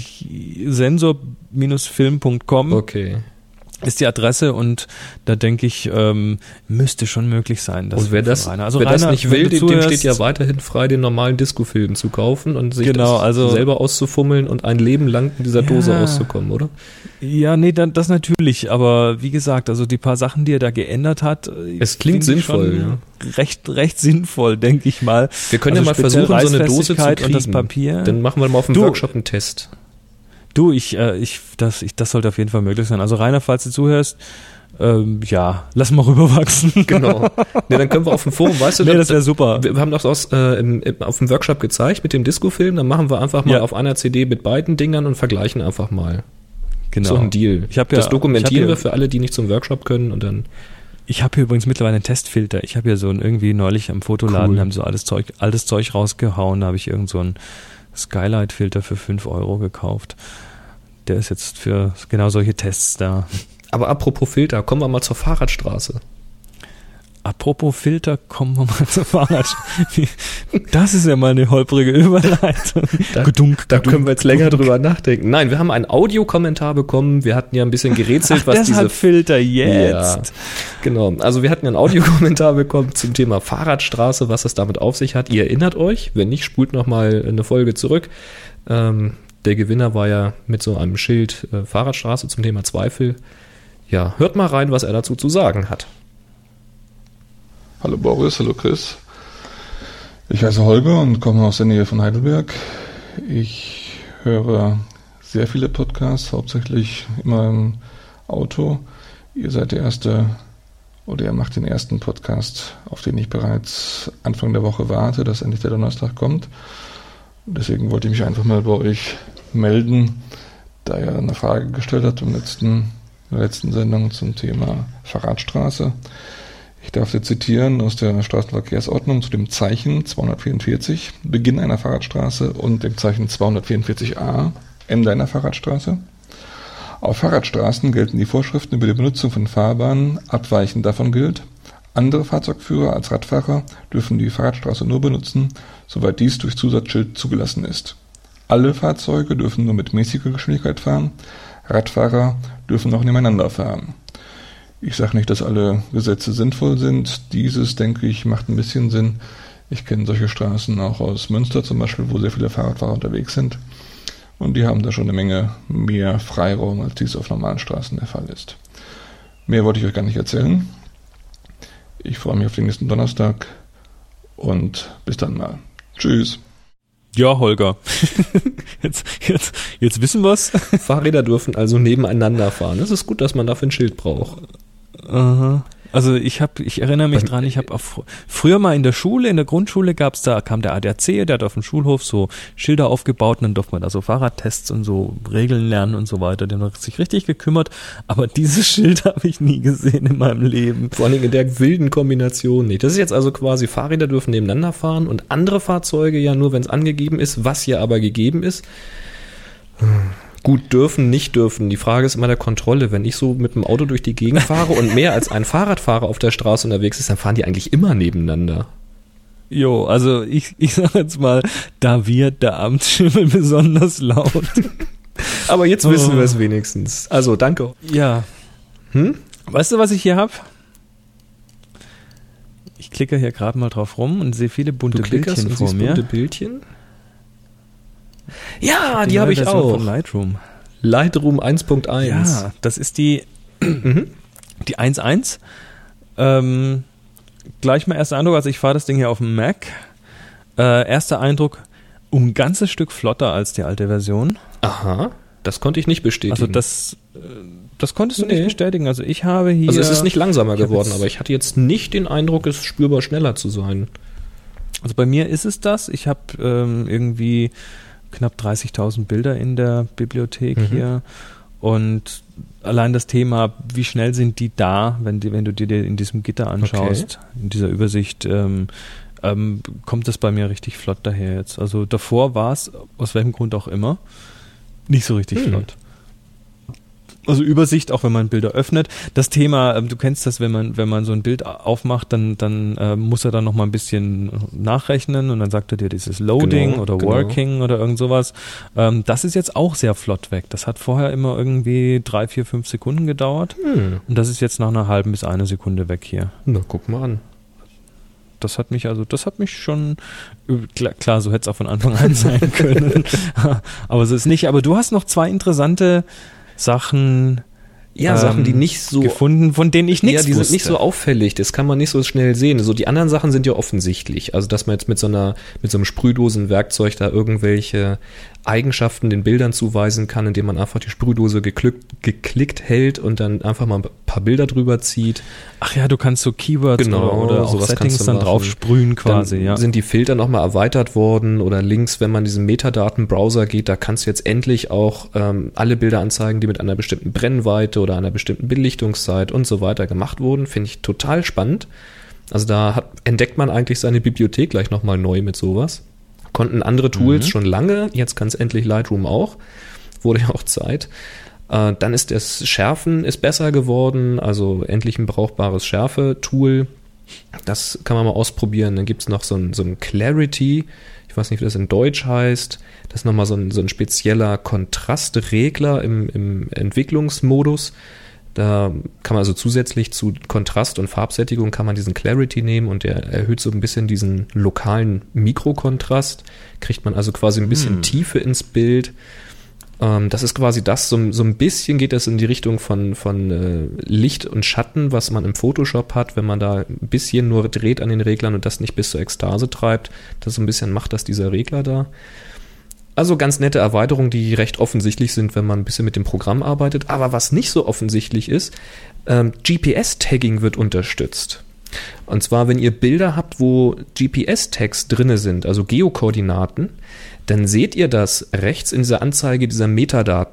sensor film punkt com Okay. ist die Adresse und da denke ich, ähm, müsste schon möglich sein. Dass und wer das, Rainer, also wer Rainer, das nicht will, dem zuhörst, steht ja weiterhin frei, den normalen Disco-Film zu kaufen und sich genau, das also, selber auszufummeln und ein Leben lang in dieser ja, Dose rauszukommen, oder? Ja, nee, dann, das natürlich, aber wie gesagt, also die paar Sachen, die er da geändert hat, es klingt sinnvoll, ja. Recht, recht sinnvoll, denke ich mal. Wir können also ja mal versuchen, so eine Dose zu kriegen. Und das Papier. Dann machen wir mal auf dem du, Workshop einen Test. Du, ich, äh, ich, das, ich, das sollte auf jeden Fall möglich sein. Also Rainer, falls du zuhörst, Ähm, ja, lass mal rüberwachsen. Genau. Nee, dann können wir auf dem Forum, weißt du, nee, das wäre super. Wir, wir haben das aus, äh, im, im, auf dem Workshop gezeigt mit dem Disco-Film, dann machen wir einfach mal ja. auf einer C D mit beiden Dingern und vergleichen einfach mal. Genau. So ein Deal. Ich hab ja, das dokumentieren ich wir für alle, die nicht zum Workshop können und dann. Ich habe hier übrigens mittlerweile einen Testfilter. Ich habe hier so ein irgendwie neulich am Fotoladen, cool. haben so alles Zeug, altes Zeug rausgehauen, da habe ich irgend so einen Skylight-Filter für fünf Euro gekauft. Der ist jetzt für genau solche Tests da. Aber apropos Filter, kommen wir mal zur Fahrradstraße. Apropos Filter, kommen wir mal zur Fahrradstraße. Das ist ja mal eine holprige Überleitung. Da, gedunk, da gedunk, können wir jetzt länger gedunk. drüber nachdenken. Nein, wir haben einen Audiokommentar bekommen. Wir hatten ja ein bisschen gerätselt, Ach, was das diese... hat Filter jetzt. Ja, genau. Also wir hatten einen Audiokommentar bekommen zum Thema Fahrradstraße, was es damit auf sich hat. Ihr erinnert euch. Wenn nicht, spult nochmal eine Folge zurück. Ähm, der Gewinner war ja mit so einem Schild äh, Fahrradstraße zum Thema Zweifel. Ja, hört mal rein, was er dazu zu sagen hat. Hallo Boris, hallo Chris. Ich heiße Holger und komme aus der Nähe von Heidelberg. Ich höre sehr viele Podcasts, hauptsächlich immer im Auto. Ihr seid der erste, oder ihr macht den ersten Podcast, auf den ich bereits Anfang der Woche warte, dass endlich der Donnerstag kommt. Deswegen wollte ich mich einfach mal bei euch melden, da er eine Frage gestellt hat im letzten, in der letzten Sendung zum Thema Fahrradstraße. Ich darf Sie zitieren aus der Straßenverkehrsordnung zu dem Zeichen zweihundertvierundvierzig, Beginn einer Fahrradstraße, und dem Zeichen zweihundertvierundvierzig a, Ende einer Fahrradstraße. Auf Fahrradstraßen gelten die Vorschriften über die Benutzung von Fahrbahnen, abweichend davon gilt: Andere Fahrzeugführer als Radfahrer dürfen die Fahrradstraße nur benutzen, soweit dies durch Zusatzschild zugelassen ist. Alle Fahrzeuge dürfen nur mit mäßiger Geschwindigkeit fahren, Radfahrer dürfen noch nebeneinander fahren. Ich sage nicht, dass alle Gesetze sinnvoll sind. Dieses, denke ich, macht ein bisschen Sinn. Ich kenne solche Straßen auch aus Münster zum Beispiel, wo sehr viele Fahrradfahrer unterwegs sind. Und die haben da schon eine Menge mehr Freiraum, als dies auf normalen Straßen der Fall ist. Mehr wollte ich euch gar nicht erzählen. Ich freue mich auf den nächsten Donnerstag und bis dann mal. Tschüss. Ja, Holger. jetzt, jetzt, jetzt wissen wir's. Fahrräder dürfen also nebeneinander fahren. Es ist gut, dass man dafür ein Schild braucht. Aha. Also ich habe, ich erinnere mich dran, ich habe auch fr- früher mal in der Schule, in der Grundschule gab's da, kam der A D A C, der hat auf dem Schulhof so Schilder aufgebaut und dann durfte man da so Fahrradtests und so Regeln lernen und so weiter. Der hat sich richtig gekümmert, aber dieses Schild habe ich nie gesehen in meinem Leben. Vor allem in der wilden Kombination nicht. Das ist jetzt also quasi, Fahrräder dürfen nebeneinander fahren und andere Fahrzeuge ja nur, wenn es angegeben ist, was hier aber gegeben ist. Gut, dürfen, nicht dürfen. Die Frage ist immer der Kontrolle. Wenn ich so mit dem Auto durch die Gegend fahre und mehr als ein Fahrradfahrer auf der Straße unterwegs ist, dann fahren die eigentlich immer nebeneinander. Jo, also ich, ich sage jetzt mal, da wird der Amtsschimmel besonders laut. Aber jetzt wissen oh. wir es wenigstens. Also, danke. Ja. Hm? Weißt du, was ich hier habe? Ich klicke hier gerade mal drauf rum und sehe viele bunte du Bildchen und vor siehst mir. Bunte Bildchen? Ja, die, die habe ich Version auch. Von Lightroom. Lightroom eins Punkt eins. Ja, das ist die, die eins Punkt eins. Ähm, gleich mal erster Eindruck, also ich fahre das Ding hier auf dem Mac. Äh, erster Eindruck, um ein ganzes Stück flotter als die alte Version. Aha, das konnte ich nicht bestätigen. Also das, das konntest du nee. nicht bestätigen. Also ich habe hier... Also es ist nicht langsamer geworden, aber ich hatte jetzt nicht den Eindruck, es spürbar schneller zu sein. Also bei mir ist es das. Ich habe ähm, irgendwie knapp dreißigtausend Bilder in der Bibliothek mhm. hier und allein das Thema, wie schnell sind die da, wenn, die, wenn du dir in diesem Gitter anschaust, okay. in dieser Übersicht, ähm, ähm, kommt das bei mir richtig flott daher jetzt. Also davor war es, aus welchem Grund auch immer, nicht so richtig hm. flott. Also Übersicht, auch wenn man Bilder öffnet. Das Thema, du kennst das, wenn man wenn man so ein Bild aufmacht, dann dann äh, muss er dann noch mal ein bisschen nachrechnen und dann sagt er dir dieses Loading genau, oder genau. Working oder irgend sowas. Ähm, das ist jetzt auch sehr flott weg. Das hat vorher immer irgendwie drei, vier, fünf Sekunden gedauert hm. und das ist jetzt nach einer halben bis eine Sekunde weg hier. Na, guck mal an. Das hat mich also, das hat mich schon, klar, klar so hätte es auch von Anfang an sein können, aber so ist nicht. Aber du hast noch zwei interessante Sachen, ja, ähm, Sachen, die nicht so gefunden, von denen ich nichts wusste. Ja, die wusste. sind nicht so auffällig, das kann man nicht so schnell sehen. So, die anderen Sachen sind ja offensichtlich. Also, dass man jetzt mit so einer, mit so einem Sprühdosenwerkzeug da irgendwelche Eigenschaften den Bildern zuweisen kann, indem man einfach die Sprühdose geklickt, geklickt hält und dann einfach mal ein paar Bilder drüber zieht. Ach ja, du kannst so Keywords genau, oder, oder auch Settings dann drauf sprühen quasi. Dann ja. sind die Filter nochmal erweitert worden oder links, wenn man diesen Metadaten-Browser geht, da kannst du jetzt endlich auch ähm, alle Bilder anzeigen, die mit einer bestimmten Brennweite oder einer bestimmten Belichtungszeit und so weiter gemacht wurden. Finde ich total spannend. Also da hat, entdeckt man eigentlich seine Bibliothek gleich nochmal neu mit sowas. Konnten andere Tools mhm. schon lange, jetzt kann es endlich Lightroom auch. Wurde ja auch Zeit. Äh, dann ist das Schärfen ist besser geworden, also endlich ein brauchbares Schärfe-Tool. Das kann man mal ausprobieren. Dann gibt es noch so ein, so ein Clarity, ich weiß nicht, wie das in Deutsch heißt. Das ist nochmal so ein, so ein spezieller Kontrastregler im, im Entwicklungsmodus. Da kann man also zusätzlich zu Kontrast und Farbsättigung kann man diesen Clarity nehmen und der erhöht so ein bisschen diesen lokalen Mikrokontrast. Kriegt man also quasi ein bisschen hm. Tiefe ins Bild. Ähm, das ist quasi das, so, so ein bisschen geht das in die Richtung von, von äh, Licht und Schatten, was man im Photoshop hat, wenn man da ein bisschen nur dreht an den Reglern und das nicht bis zur Ekstase treibt. Das so ein bisschen macht das dieser Regler da. Also ganz nette Erweiterungen, die recht offensichtlich sind, wenn man ein bisschen mit dem Programm arbeitet. Aber was nicht so offensichtlich ist, ähm, G P S-Tagging wird unterstützt. Und zwar, wenn ihr Bilder habt, wo G P S-Tags drinne sind, also Geokoordinaten, dann seht ihr das rechts in dieser Anzeige dieser Metadaten.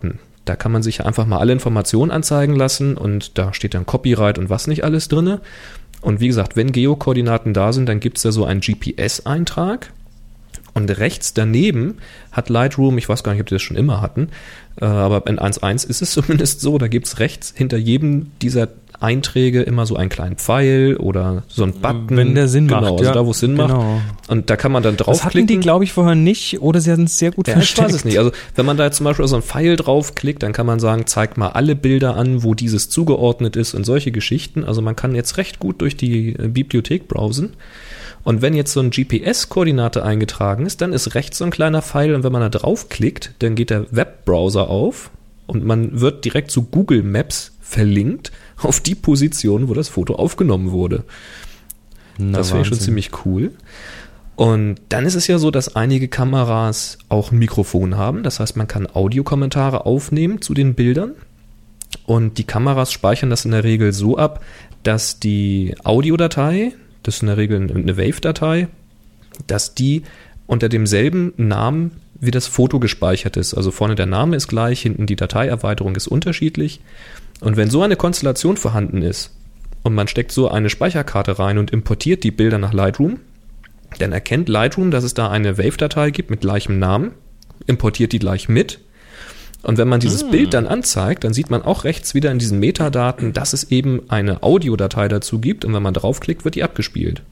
Da kann man sich einfach mal alle Informationen anzeigen lassen und da steht dann Copyright und was nicht alles drin. Und wie gesagt, wenn Geokoordinaten da sind, dann gibt es da so einen G P S-Eintrag. Und rechts daneben hat Lightroom, ich weiß gar nicht, ob die das schon immer hatten, äh, aber in eins Punkt eins ist es zumindest so, da gibt es rechts hinter jedem dieser Einträge immer so einen kleinen Pfeil oder so ein Button. Wenn der Sinn genau, macht. Also ja, da, wo es Sinn genau. macht. Und da kann man dann draufklicken. Das hatten die, glaube ich, vorher nicht oder sie hatten es sehr gut ja, versteckt. Ich weiß es nicht. Also wenn man da jetzt zum Beispiel so einen Pfeil draufklickt, dann kann man sagen, zeigt mal alle Bilder an, wo dieses zugeordnet ist und solche Geschichten. Also man kann jetzt recht gut durch die äh, Bibliothek browsen. Und wenn jetzt so ein G P S-Koordinate eingetragen ist, dann ist rechts so ein kleiner Pfeil und wenn man da draufklickt, dann geht der Webbrowser auf und man wird direkt zu Google Maps verlinkt auf die Position, wo das Foto aufgenommen wurde. Na, das finde ich schon ziemlich cool. Und dann ist es ja so, dass einige Kameras auch ein Mikrofon haben. Das heißt, man kann Audiokommentare aufnehmen zu den Bildern. Und die Kameras speichern das in der Regel so ab, dass die Audiodatei, das ist in der Regel eine Wave-Datei, dass die unter demselben Namen wie das Foto gespeichert ist. Also vorne der Name ist gleich, hinten die Dateierweiterung ist unterschiedlich. Und wenn so eine Konstellation vorhanden ist und man steckt so eine Speicherkarte rein und importiert die Bilder nach Lightroom, dann erkennt Lightroom, dass es da eine Wave-Datei gibt mit gleichem Namen, importiert die gleich mit. Und wenn man dieses hm. Bild dann anzeigt, dann sieht man auch rechts wieder in diesen Metadaten, dass es eben eine Audiodatei dazu gibt und wenn man draufklickt, wird die abgespielt.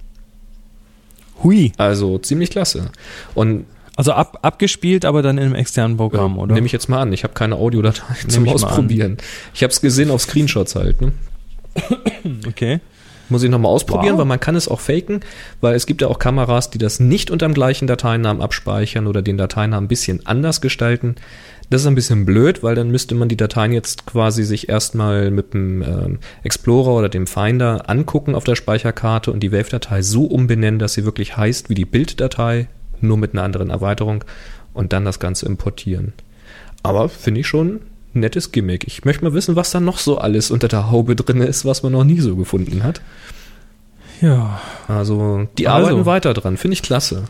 Hui. Also ziemlich klasse. Und Also ab, abgespielt, aber dann in einem externen Programm, äh, oder? Nehme ich jetzt mal an. Ich habe keine Audiodatei Nehm zum ich Ausprobieren. Ich habe es gesehen auf Screenshots halt. Ne? Okay. Muss ich nochmal ausprobieren, Wow. weil man kann es auch faken, weil es gibt ja auch Kameras, die das nicht unter dem gleichen Dateinamen abspeichern oder den Dateinamen ein bisschen anders gestalten. Das ist ein bisschen blöd, weil dann müsste man die Dateien jetzt quasi sich erstmal mit dem ähm, Explorer oder dem Finder angucken auf der Speicherkarte und die Wave-Datei so umbenennen, dass sie wirklich heißt wie die Bilddatei, nur mit einer anderen Erweiterung und dann das Ganze importieren. Aber finde ich schon ein nettes Gimmick. Ich möchte mal wissen, was da noch so alles unter der Haube drin ist, was man noch nie so gefunden hat. Ja. Also, die Also. arbeiten weiter dran. Finde ich klasse.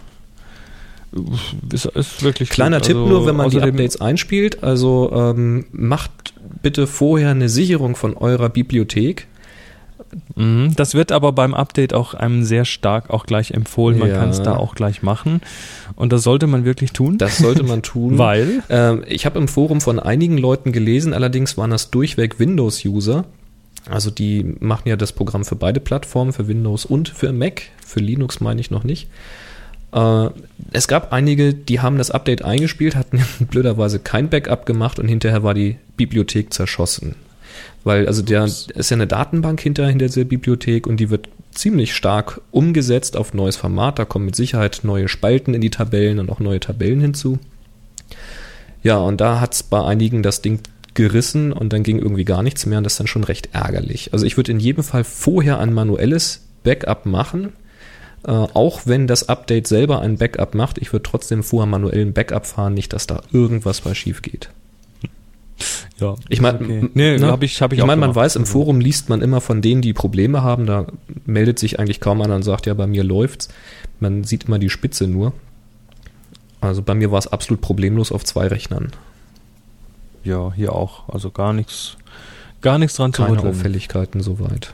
Ist, ist wirklich Kleiner gut. Tipp Also nur, wenn man die außerdem- Updates einspielt. Also, ähm, macht bitte vorher eine Sicherung von eurer Bibliothek. Mhm, das wird aber beim Update auch einem sehr stark auch gleich empfohlen. Man Ja. kann es da auch gleich machen. Und das sollte man wirklich tun. Das sollte man tun. Weil? Ähm, ich habe im Forum von einigen Leuten gelesen, allerdings waren das durchweg Windows-User. Also die machen ja das Programm für beide Plattformen, für Windows und für Mac. Für Linux meine ich noch nicht. Äh, es gab einige, die haben das Update eingespielt, hatten blöderweise kein Backup gemacht und hinterher war die Bibliothek zerschossen. Weil also der ist ja eine Datenbank hinter, hinter dieser Bibliothek und die wird ziemlich stark umgesetzt auf neues Format. Da kommen mit Sicherheit neue Spalten in die Tabellen und auch neue Tabellen hinzu. Ja, und da hat es bei einigen das Ding gerissen und dann ging irgendwie gar nichts mehr und das ist dann schon recht ärgerlich. Also ich würde in jedem Fall vorher ein manuelles Backup machen, äh, auch wenn das Update selber ein Backup macht. Ich würde trotzdem vorher manuellen Backup fahren, nicht, dass da irgendwas bei schief geht. Ja, Ich meine, okay. nee, ne? hab ich, hab ich, ich auch meine, man gemacht. weiß, im Forum liest man immer von denen, die Probleme haben. Da meldet sich eigentlich kaum einer und sagt, ja, bei mir läuft's. Man sieht immer die Spitze nur. Also bei mir war es absolut problemlos auf zwei Rechnern. Ja, hier auch. Also gar nichts, gar nichts dran zu Keine rütteln. Auffälligkeiten soweit.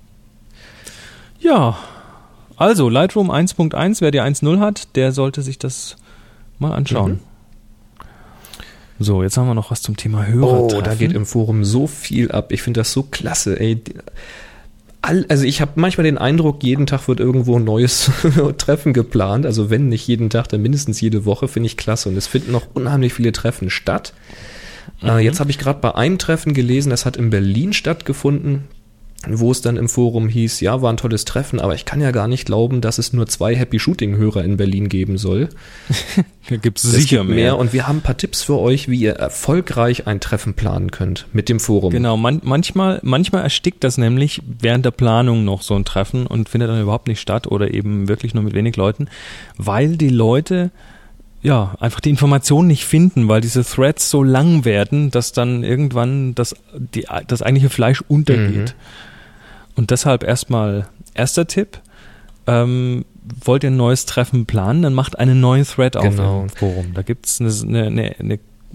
Ja, also Lightroom eins Punkt eins, wer die eins Punkt null hat, der sollte sich das mal anschauen. Mhm. So, jetzt haben wir noch was zum Thema Hörertreffen. Oh, da geht im Forum so viel ab. Ich finde das so klasse, ey. All, also ich habe manchmal den Eindruck, jeden Tag wird irgendwo ein neues Treffen geplant. Also wenn nicht jeden Tag, dann mindestens jede Woche, finde ich klasse. Und es finden noch unheimlich viele Treffen statt. Mhm. Äh, jetzt habe ich gerade bei einem Treffen gelesen, das hat in Berlin stattgefunden, wo es dann im Forum hieß, ja, war ein tolles Treffen, aber ich kann ja gar nicht glauben, dass es nur zwei Happy Shooting-Hörer in Berlin geben soll. Da gibt es Es sicher gibt mehr. mehr. Und wir haben ein paar Tipps für euch, wie ihr erfolgreich ein Treffen planen könnt mit dem Forum. Genau, man, manchmal, manchmal erstickt das nämlich während der Planung noch so ein Treffen und findet dann überhaupt nicht statt oder eben wirklich nur mit wenig Leuten, weil die Leute ja einfach die Informationen nicht finden, weil diese Threads so lang werden, dass dann irgendwann das, die, das eigentliche Fleisch untergeht. Mhm. Und deshalb erstmal erster Tipp, ähm, wollt ihr ein neues Treffen planen, dann macht einen neuen Thread auf Genau. im Forum. Da gibt es eine, eine, eine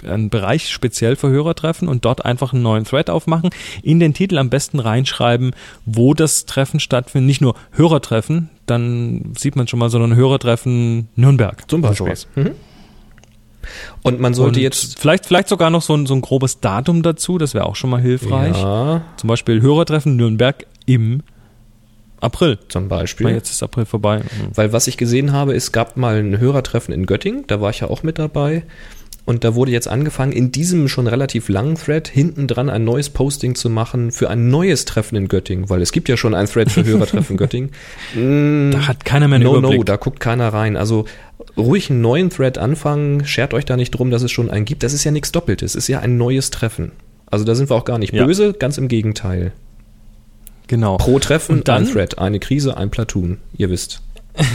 einen Bereich speziell für Hörertreffen und dort einfach einen neuen Thread aufmachen, in den Titel am besten reinschreiben, wo das Treffen stattfindet, nicht nur Hörertreffen, dann sieht man schon mal, sondern Hörertreffen Nürnberg. Zum Beispiel. Mhm. Und man sollte und jetzt... Vielleicht, vielleicht sogar noch so ein, so ein grobes Datum dazu, das wäre auch schon mal hilfreich. Ja. Zum Beispiel Hörertreffen Nürnberg im April. Zum Beispiel. Weil jetzt ist April vorbei. Mhm. Weil was ich gesehen habe, es gab mal ein Hörertreffen in Göttingen, da war ich ja auch mit dabei. Und da wurde jetzt angefangen, in diesem schon relativ langen Thread hinten dran ein neues Posting zu machen für ein neues Treffen in Göttingen, weil es gibt ja schon ein Thread für Hörertreffen Göttingen. Mm, da hat keiner mehr einen no, Überblick. No, da guckt keiner rein. Also ruhig einen neuen Thread anfangen, schert euch da nicht drum, dass es schon einen gibt. Das ist ja nichts Doppeltes, es ist ja ein neues Treffen. Also da sind wir auch gar nicht ja. böse, ganz im Gegenteil. Genau. Pro Treffen und dann, ein Thread, eine Krise, ein Platoon, ihr wisst.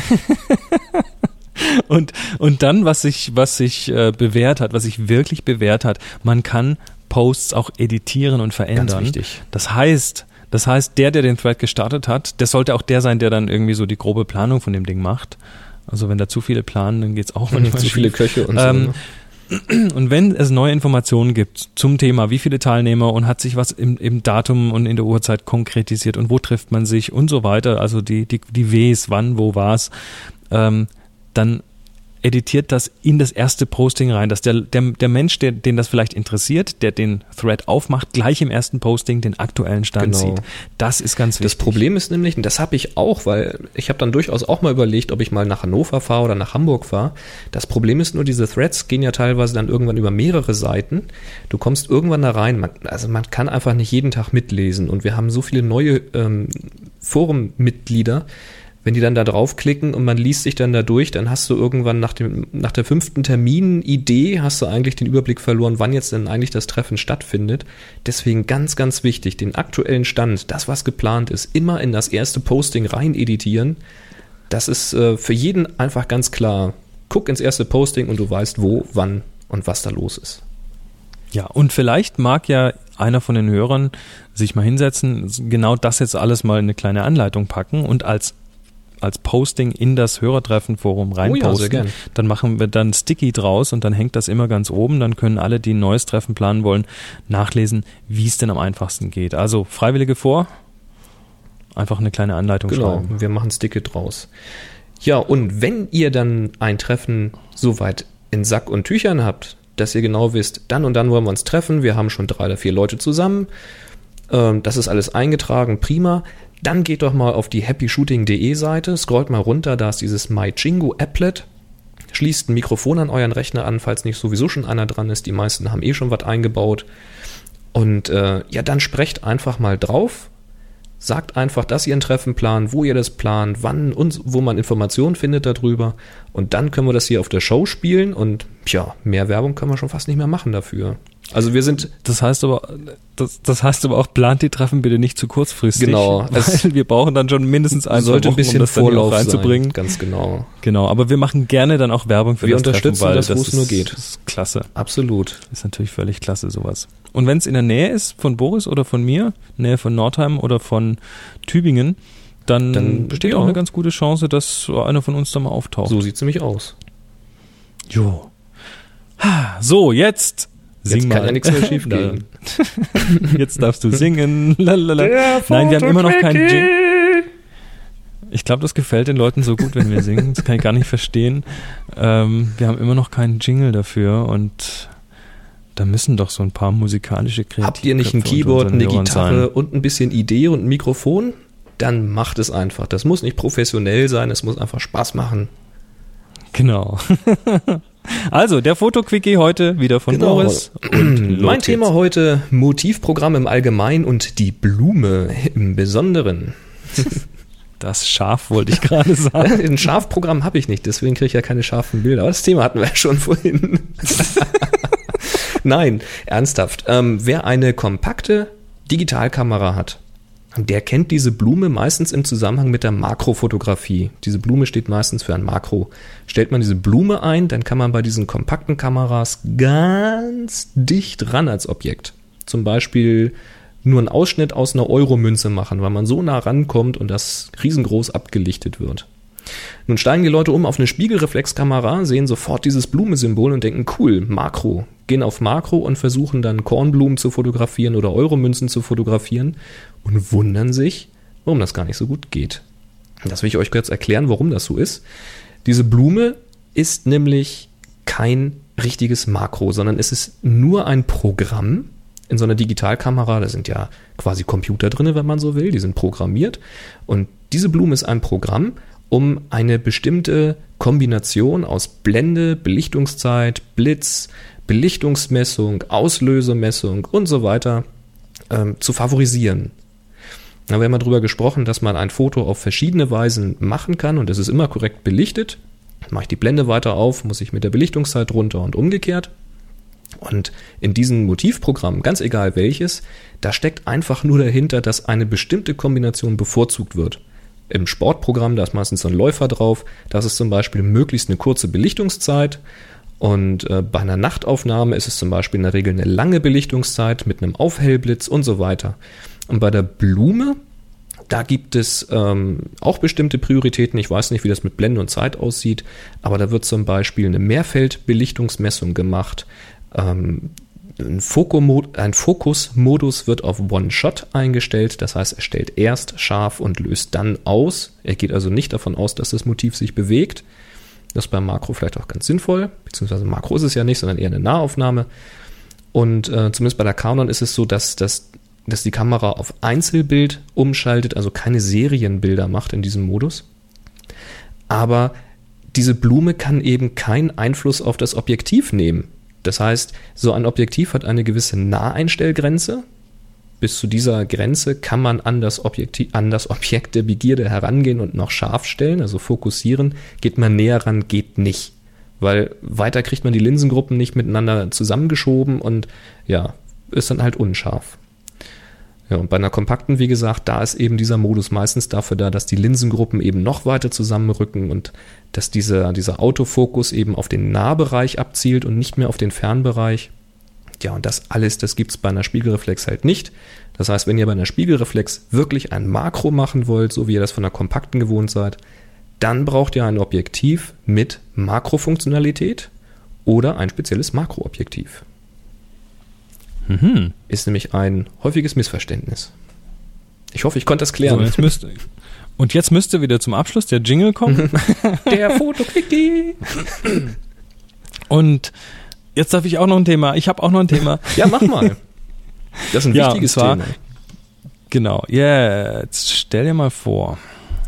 Und, und dann, was sich, was sich äh, bewährt hat, was sich wirklich bewährt hat, man kann Posts auch editieren und verändern. Ganz wichtig. Das heißt, das heißt, der, der den Thread gestartet hat, der sollte auch der sein, der dann irgendwie so die grobe Planung von dem Ding macht. Also wenn da zu viele planen, dann geht's auch manchmal zu viele Köche und ähm, so. Und wenn es neue Informationen gibt zum Thema, wie viele Teilnehmer und hat sich was im, im Datum und in der Uhrzeit konkretisiert und wo trifft man sich und so weiter, also die, die, die Ws, wann, wo, was, ähm, dann editiert das in das erste Posting rein, dass der, der, der Mensch, der, den das vielleicht interessiert, der den Thread aufmacht, gleich im ersten Posting den aktuellen Stand genau. sieht. Das ist ganz wichtig. Das Problem ist nämlich, und das habe ich auch, weil ich habe dann durchaus auch mal überlegt, ob ich mal nach Hannover fahre oder nach Hamburg fahre. Das Problem ist nur, diese Threads gehen ja teilweise dann irgendwann über mehrere Seiten. Du kommst irgendwann da rein, man, also man kann einfach nicht jeden Tag mitlesen und wir haben so viele neue ähm, Forum-Mitglieder. Wenn die dann da draufklicken und man liest sich dann da durch, dann hast du irgendwann nach dem nach der fünften Termin-Idee hast du eigentlich den Überblick verloren, wann jetzt denn eigentlich das Treffen stattfindet. Deswegen ganz, ganz wichtig, den aktuellen Stand, das, was geplant ist, immer in das erste Posting rein editieren. Das ist äh, für jeden einfach ganz klar. Guck ins erste Posting und du weißt, wo, wann und was da los ist. Ja, und vielleicht mag ja einer von den Hörern sich mal hinsetzen, genau das jetzt alles mal in eine kleine Anleitung packen und als als Posting in das Hörertreffen-Forum reinposten. Oh ja, sehr gern. Dann machen wir dann Sticky draus und dann hängt das immer ganz oben. Dann können alle, die ein neues Treffen planen wollen, nachlesen, wie es denn am einfachsten geht. Also Freiwillige vor, einfach eine kleine Anleitung genau, schreiben. Genau, wir machen Sticky draus. Ja, und wenn ihr dann ein Treffen soweit in Sack und Tüchern habt, dass ihr genau wisst, dann und dann wollen wir uns treffen, wir haben schon drei oder vier Leute zusammen, ähm, das ist alles eingetragen, prima. Dann geht doch mal auf die happy shooting punkt de Seite, scrollt mal runter, da ist dieses MyJingo-Applet, schließt ein Mikrofon an euren Rechner an, falls nicht sowieso schon einer dran ist, die meisten haben eh schon was eingebaut und äh, ja, dann sprecht einfach mal drauf, sagt einfach, dass ihr ein Treffen plant, wo ihr das plant, wann und wo man Informationen findet darüber und dann können wir das hier auf der Show spielen und tja, mehr Werbung können wir schon fast nicht mehr machen dafür. Also wir sind... Das heißt aber, das, das heißt aber auch, plant die Treffen bitte nicht zu kurzfristig. Genau. Weil wir brauchen dann schon mindestens ein, sollte Wochen, ein bisschen um das Vorlauf dann reinzubringen. Sein, ganz genau. Genau, aber wir machen gerne dann auch Werbung für wir das Treffen. Wir unterstützen das, wo es nur geht. Das ist klasse. Absolut. Ist natürlich völlig klasse, sowas. Und wenn es in der Nähe ist von Boris oder von mir, Nähe von Nordheim oder von Tübingen, dann, dann besteht ja auch eine ganz gute Chance, dass einer von uns da mal auftaucht. So sieht es nämlich aus. Jo. So, jetzt... Sing Jetzt mal. kann ja nichts mehr schief gehen. Jetzt darfst du singen. Lalalala. Nein, wir haben immer noch keinen Jingle. Ich glaube, das gefällt den Leuten so gut, wenn wir singen. Das kann ich gar nicht verstehen. Ähm, wir haben immer noch keinen Jingle dafür und da müssen doch so ein paar musikalische Kreativköpfe. Habt ihr nicht ein Keyboard, eine Gitarre sein. Und ein bisschen Idee und ein Mikrofon? Dann macht es einfach. Das muss nicht professionell sein, es muss einfach Spaß machen. Genau. Also, der Fotoquickie heute wieder von genau. Boris. Und mein Thema heute, Motivprogramm im Allgemeinen und die Blume im Besonderen. Das Schaf wollte ich gerade sagen. Ein Schafprogramm habe ich nicht, deswegen kriege ich ja keine scharfen Bilder. Aber das Thema hatten wir ja schon vorhin. Nein, ernsthaft. Ähm, wer eine kompakte Digitalkamera hat, der kennt diese Blume meistens im Zusammenhang mit der Makrofotografie. Diese Blume steht meistens für ein Makro. Stellt man diese Blume ein, dann kann man bei diesen kompakten Kameras ganz dicht ran als Objekt. Zum Beispiel nur einen Ausschnitt aus einer Euromünze machen, weil man so nah rankommt und das riesengroß abgelichtet wird. Nun steigen die Leute um auf eine Spiegelreflexkamera, sehen sofort dieses Blumensymbol und denken, cool, Makro, gehen auf Makro und versuchen dann Kornblumen zu fotografieren oder Euromünzen zu fotografieren und wundern sich, warum das gar nicht so gut geht. Das will ich euch kurz erklären, warum das so ist. Diese Blume ist nämlich kein richtiges Makro, sondern es ist nur ein Programm in so einer Digitalkamera. Da sind ja quasi Computer drin, wenn man so will, die sind programmiert. Und diese Blume ist ein Programm, um eine bestimmte Kombination aus Blende, Belichtungszeit, Blitz, Belichtungsmessung, Auslösemessung und so weiter ähm, zu favorisieren. Da haben wir darüber gesprochen, dass man ein Foto auf verschiedene Weisen machen kann und es ist immer korrekt belichtet. Mache ich die Blende weiter auf, muss ich mit der Belichtungszeit runter und umgekehrt. Und in diesem Motivprogramm, ganz egal welches, da steckt einfach nur dahinter, dass eine bestimmte Kombination bevorzugt wird. Im Sportprogramm, da ist meistens so ein Läufer drauf, das ist zum Beispiel möglichst eine kurze Belichtungszeit. Und äh, bei einer Nachtaufnahme ist es zum Beispiel in der Regel eine lange Belichtungszeit mit einem Aufhellblitz und so weiter. Und bei der Blume, da gibt es ähm, auch bestimmte Prioritäten. Ich weiß nicht, wie das mit Blende und Zeit aussieht, aber da wird zum Beispiel eine Mehrfeldbelichtungsmessung gemacht. Ähm, ein, Fokumod- ein Fokusmodus wird auf One-Shot eingestellt. Das heißt, er stellt erst scharf und löst dann aus. Er geht also nicht davon aus, dass das Motiv sich bewegt. Das ist beim Makro vielleicht auch ganz sinnvoll. Beziehungsweise Makro ist es ja nicht, sondern eher eine Nahaufnahme. Und äh, zumindest bei der Canon ist es so, dass, dass, dass die Kamera auf Einzelbild umschaltet, also keine Serienbilder macht in diesem Modus. Aber diese Blume kann eben keinen Einfluss auf das Objektiv nehmen. Das heißt, so ein Objektiv hat eine gewisse Naheinstellgrenze. Bis zu dieser Grenze kann man an das, Objektiv, an das Objekt der Begierde herangehen und noch scharf stellen, also fokussieren. Geht man näher ran, geht nicht. Weil weiter kriegt man die Linsengruppen nicht miteinander zusammengeschoben und ja, ist dann halt unscharf. Ja, und bei einer kompakten, wie gesagt, da ist eben dieser Modus meistens dafür da, dass die Linsengruppen eben noch weiter zusammenrücken und dass dieser, dieser Autofokus eben auf den Nahbereich abzielt und nicht mehr auf den Fernbereich. Ja, und das alles, das gibt's bei einer Spiegelreflex halt nicht. Das heißt, wenn ihr bei einer Spiegelreflex wirklich ein Makro machen wollt, so wie ihr das von einer kompakten gewohnt seid, dann braucht ihr ein Objektiv mit Makrofunktionalität oder ein spezielles Makroobjektiv. Mhm. Ist nämlich ein häufiges Missverständnis. Ich hoffe, ich konnte das klären. So, jetzt müsste, und jetzt müsste wieder zum Abschluss der Jingle kommen. Der Fotoquickie. Und jetzt darf ich auch noch ein Thema. Ich habe auch noch ein Thema. Ja, mach mal. Das ist ein ja, wichtiges zwar, Thema. Genau. Jetzt stell dir mal vor,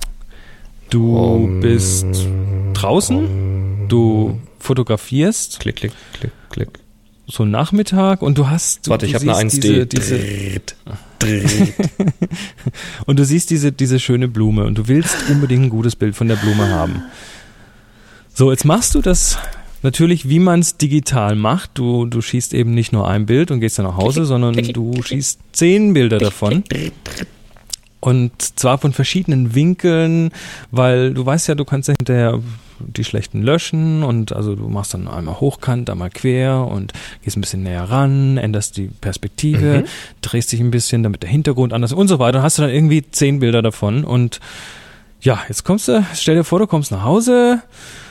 du um, bist draußen, du fotografierst. Klick, klick, klick, klick. So Nachmittag und du hast... Du, Warte, ich habe eine eins D. Diese, diese und du siehst diese, diese schöne Blume und du willst unbedingt ein gutes Bild von der Blume haben. So, jetzt machst du das natürlich, wie man es digital macht. Du, du schießt eben nicht nur ein Bild und gehst dann nach Hause, sondern du schießt zehn Bilder davon. Und zwar von verschiedenen Winkeln, weil du weißt ja, du kannst ja hinterher die schlechten löschen und also du machst dann einmal hochkant, einmal quer und gehst ein bisschen näher ran, änderst die Perspektive, mhm. drehst dich ein bisschen, damit der Hintergrund anders und so weiter. Dann hast du dann irgendwie zehn Bilder davon und ja, jetzt kommst du, stell dir vor, du kommst nach Hause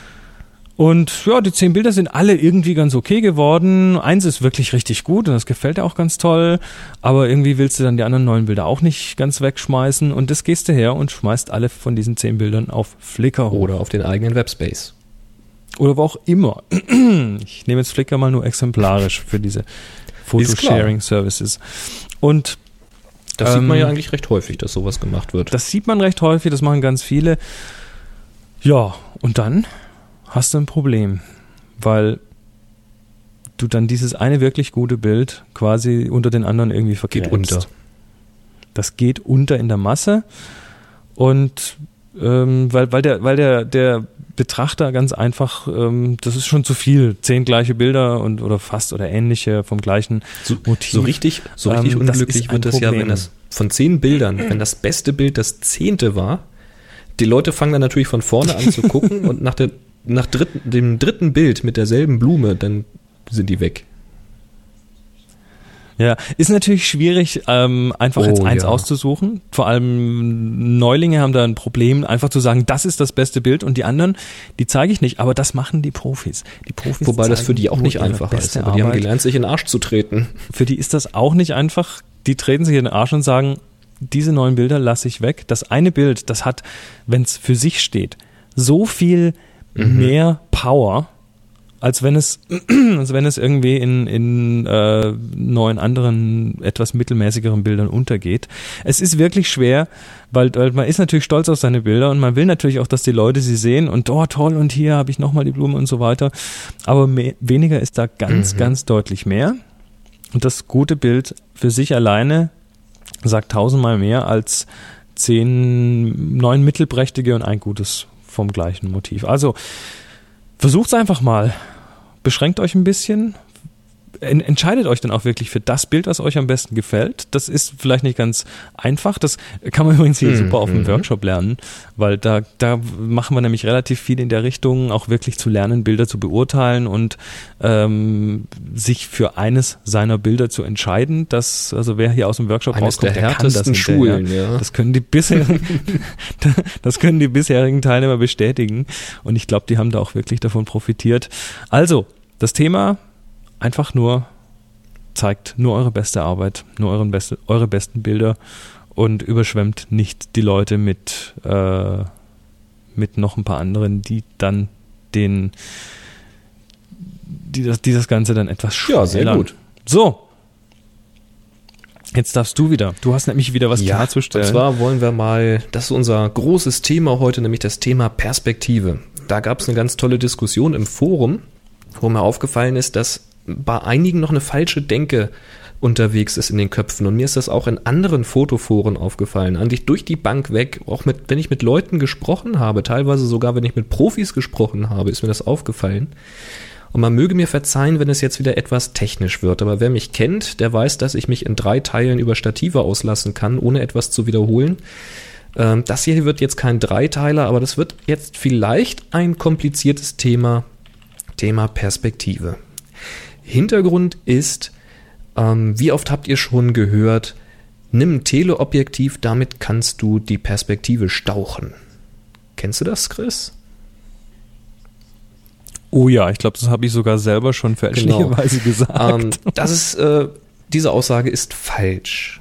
und ja, die zehn Bilder sind alle irgendwie ganz okay geworden. Eins ist wirklich richtig gut und das gefällt dir auch ganz toll, aber irgendwie willst du dann die anderen neun Bilder auch nicht ganz wegschmeißen und das gehst du her und schmeißt alle von diesen zehn Bildern auf Flickr hoch. Oder auf den eigenen Webspace. Oder wo auch immer. Ich nehme jetzt Flickr mal nur exemplarisch für diese Photosharing-Services. Und das ähm, sieht man ja eigentlich recht häufig, dass sowas gemacht wird. Das sieht man recht häufig, das machen ganz viele. Ja, und dann hast du ein Problem, weil du dann dieses eine wirklich gute Bild quasi unter den anderen irgendwie vergräbst. Geht unter. Das geht unter in der Masse und ähm, weil, weil der, weil der, der Betrachter ganz einfach, ähm, das ist schon zu viel, zehn gleiche Bilder und oder fast oder ähnliche vom gleichen so, Motiv. So richtig, so richtig ähm, unglücklich wird das Problem. Ja, wenn das von zehn Bildern, wenn das beste Bild das zehnte war, die Leute fangen dann natürlich von vorne an zu gucken und nach der Nach dritten, dem dritten Bild mit derselben Blume, dann sind die weg. Ja, ist natürlich schwierig, ähm, einfach Oh, jetzt eins ja. auszusuchen. Vor allem Neulinge haben da ein Problem, einfach zu sagen, das ist das beste Bild und die anderen, die zeige ich nicht. Aber das machen die Profis. Die Profis Wobei das zeigen für die auch nur nicht ihre einfach ist. beste Aber die haben Arbeit. gelernt, sich in den Arsch zu treten. Für die ist das auch nicht einfach. Die treten sich in den Arsch und sagen, diese neuen Bilder lasse ich weg. Das eine Bild, das hat, wenn es für sich steht, so viel Mhm. mehr Power, als wenn es, als wenn es irgendwie in, in äh, neuen anderen, etwas mittelmäßigeren Bildern untergeht. Es ist wirklich schwer, weil, weil man ist natürlich stolz auf seine Bilder und man will natürlich auch, dass die Leute sie sehen und oh toll und hier habe ich nochmal die Blume und so weiter. Aber mehr, weniger ist da ganz, Mhm. ganz deutlich mehr. Und das gute Bild für sich alleine sagt tausendmal mehr als zehn, neun mittelprächtige und ein gutes vom gleichen Motiv. Also versucht's einfach mal. Beschränkt euch ein bisschen. En- entscheidet euch dann auch wirklich für das Bild, was euch am besten gefällt. Das ist vielleicht nicht ganz einfach. Das kann man übrigens hier Mhm. super auf dem Workshop lernen, weil da, da machen wir nämlich relativ viel in der Richtung, auch wirklich zu lernen, Bilder zu beurteilen und ähm, sich für eines seiner Bilder zu entscheiden. Das, also wer hier aus dem Workshop Eines rauskommt, der der kann das härtesten hinterher. Schulen, ja. Das können die bisherigen, das können die bisherigen Teilnehmer bestätigen. Und ich glaube, die haben da auch wirklich davon profitiert. Also, das Thema einfach nur zeigt nur eure beste Arbeit, nur euren beste, eure besten Bilder und überschwemmt nicht die Leute mit, äh, mit noch ein paar anderen, die dann den, die das, die das Ganze dann etwas Ja, sehr schmälern. gut. So. Jetzt darfst du wieder. Du hast nämlich wieder was klarzustellen. Und zwar wollen wir mal, das ist unser großes Thema heute, nämlich das Thema Perspektive. Da gab es eine ganz tolle Diskussion im Forum, wo mir aufgefallen ist, dass bei einigen noch eine falsche Denke unterwegs ist in den Köpfen. Und mir ist das auch in anderen Fotoforen aufgefallen. Eigentlich durch die Bank weg, auch mit, wenn ich mit Leuten gesprochen habe, teilweise sogar, wenn ich mit Profis gesprochen habe, ist mir das aufgefallen. Und man möge mir verzeihen, wenn es jetzt wieder etwas technisch wird. Aber wer mich kennt, der weiß, dass ich mich in drei Teilen über Stative auslassen kann, ohne etwas zu wiederholen. Ähm, das hier wird jetzt kein Dreiteiler, aber das wird jetzt vielleicht ein kompliziertes Thema, Thema Perspektive. Hintergrund ist, ähm, wie oft habt ihr schon gehört, nimm ein Teleobjektiv, damit kannst du die Perspektive stauchen. Kennst du das, Chris? Oh ja, ich glaube, das habe ich sogar selber schon fälschlicherweise gesagt. Ähm, das ist, äh, diese Aussage ist falsch.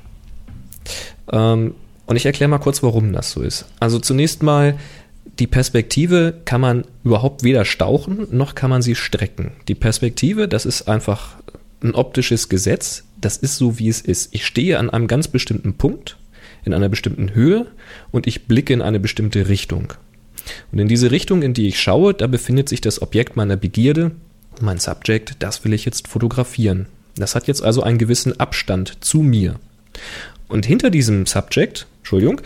Ähm, und ich erkläre mal kurz, warum das so ist. Also zunächst mal, die Perspektive kann man überhaupt weder stauchen, noch kann man sie strecken. Die Perspektive, das ist einfach ein optisches Gesetz. Das ist so, wie es ist. Ich stehe an einem ganz bestimmten Punkt, in einer bestimmten Höhe und ich blicke in eine bestimmte Richtung. Und in diese Richtung, in die ich schaue, da befindet sich das Objekt meiner Begierde, mein Subject, das will ich jetzt fotografieren. Das hat jetzt also einen gewissen Abstand zu mir. Und hinter diesem Subject, Entschuldigung,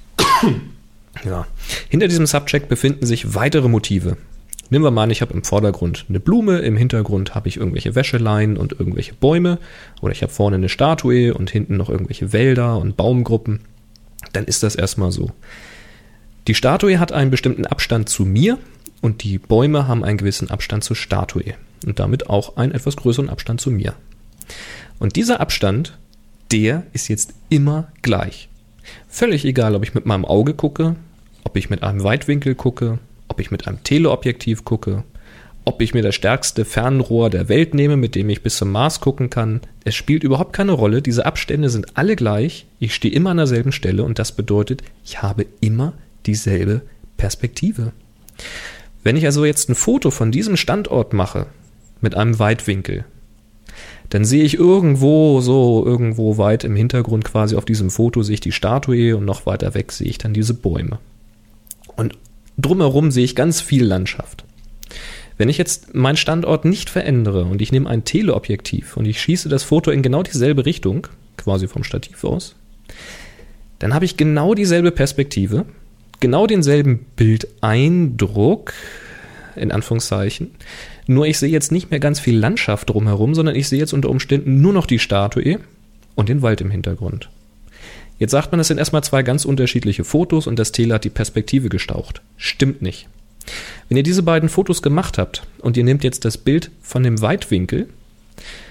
ja, hinter diesem Subject befinden sich weitere Motive. Nehmen wir mal an, ich habe im Vordergrund eine Blume, im Hintergrund habe ich irgendwelche Wäscheleinen und irgendwelche Bäume oder ich habe vorne eine Statue und hinten noch irgendwelche Wälder und Baumgruppen. Dann ist das erstmal so. Die Statue hat einen bestimmten Abstand zu mir und die Bäume haben einen gewissen Abstand zur Statue und damit auch einen etwas größeren Abstand zu mir. Und dieser Abstand, der ist jetzt immer gleich. Völlig egal, ob ich mit meinem Auge gucke, ob ich mit einem Weitwinkel gucke, ob ich mit einem Teleobjektiv gucke, ob ich mir das stärkste Fernrohr der Welt nehme, mit dem ich bis zum Mars gucken kann. Es spielt überhaupt keine Rolle. Diese Abstände sind alle gleich. Ich stehe immer an derselben Stelle und das bedeutet, ich habe immer dieselbe Perspektive. Wenn ich also jetzt ein Foto von diesem Standort mache, mit einem Weitwinkel, dann sehe ich irgendwo, so irgendwo weit im Hintergrund quasi auf diesem Foto sehe ich die Statue und noch weiter weg sehe ich dann diese Bäume. Und drumherum sehe ich ganz viel Landschaft. Wenn ich jetzt meinen Standort nicht verändere und ich nehme ein Teleobjektiv und ich schieße das Foto in genau dieselbe Richtung, quasi vom Stativ aus, dann habe ich genau dieselbe Perspektive, genau denselben Bildeindruck, in Anführungszeichen, nur ich sehe jetzt nicht mehr ganz viel Landschaft drumherum, sondern ich sehe jetzt unter Umständen nur noch die Statue und den Wald im Hintergrund. Jetzt sagt man, das sind erstmal zwei ganz unterschiedliche Fotos und das Tele hat die Perspektive gestaucht. Stimmt nicht. Wenn ihr diese beiden Fotos gemacht habt und ihr nehmt jetzt das Bild von dem Weitwinkel,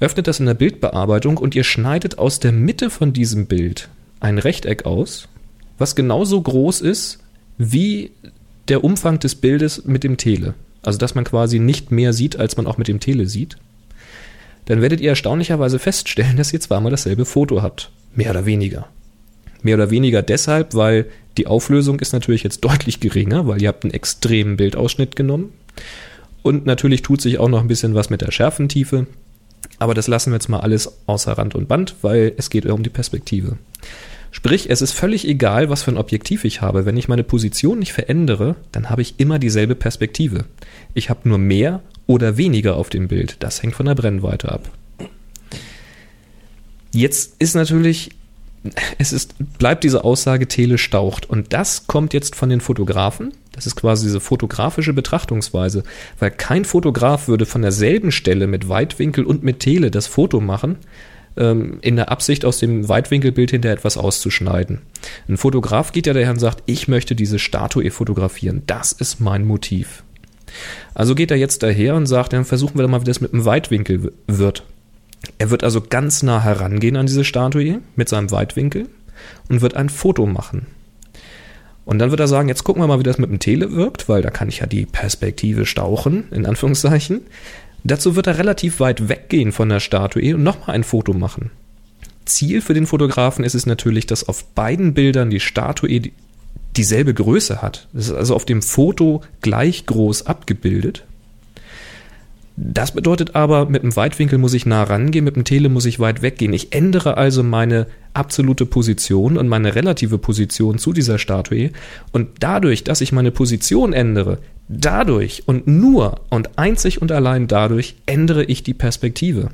öffnet das in der Bildbearbeitung und ihr schneidet aus der Mitte von diesem Bild ein Rechteck aus, was genauso groß ist wie der Umfang des Bildes mit dem Tele. Also dass man quasi nicht mehr sieht, als man auch mit dem Tele sieht. Dann werdet ihr erstaunlicherweise feststellen, dass ihr zweimal dasselbe Foto habt. Mehr oder weniger. Mehr oder weniger deshalb, weil die Auflösung ist natürlich jetzt deutlich geringer, weil ihr habt einen extremen Bildausschnitt genommen. Und natürlich tut sich auch noch ein bisschen was mit der Schärfentiefe. Aber das lassen wir jetzt mal alles außer Rand und Band, weil es geht um die Perspektive. Sprich, es ist völlig egal, was für ein Objektiv ich habe. Wenn ich meine Position nicht verändere, dann habe ich immer dieselbe Perspektive. Ich habe nur mehr oder weniger auf dem Bild. Das hängt von der Brennweite ab. Jetzt ist natürlich, es ist, bleibt diese Aussage, Tele staucht. Und das kommt jetzt von den Fotografen. Das ist quasi diese fotografische Betrachtungsweise. Weil kein Fotograf würde von derselben Stelle mit Weitwinkel und mit Tele das Foto machen, ähm, in der Absicht, aus dem Weitwinkelbild hinterher etwas auszuschneiden. Ein Fotograf geht ja daher und sagt, ich möchte diese Statue fotografieren. Das ist mein Motiv. Also geht er jetzt daher und sagt, dann versuchen wir doch mal, wie das mit dem Weitwinkel wird. Er wird also ganz nah herangehen an diese Statue mit seinem Weitwinkel und wird ein Foto machen. Und dann wird er sagen, jetzt gucken wir mal, wie das mit dem Tele wirkt, weil da kann ich ja die Perspektive stauchen, in Anführungszeichen. Dazu wird er relativ weit weggehen von der Statue und nochmal ein Foto machen. Ziel für den Fotografen ist es natürlich, dass auf beiden Bildern die Statue die dieselbe Größe hat. Das ist also auf dem Foto gleich groß abgebildet. Das bedeutet aber, mit dem Weitwinkel muss ich nah rangehen, mit dem Tele muss ich weit weggehen. Ich ändere also meine absolute Position und meine relative Position zu dieser Statue. Und dadurch, dass ich meine Position ändere, dadurch und nur und einzig und allein dadurch ändere ich die Perspektive.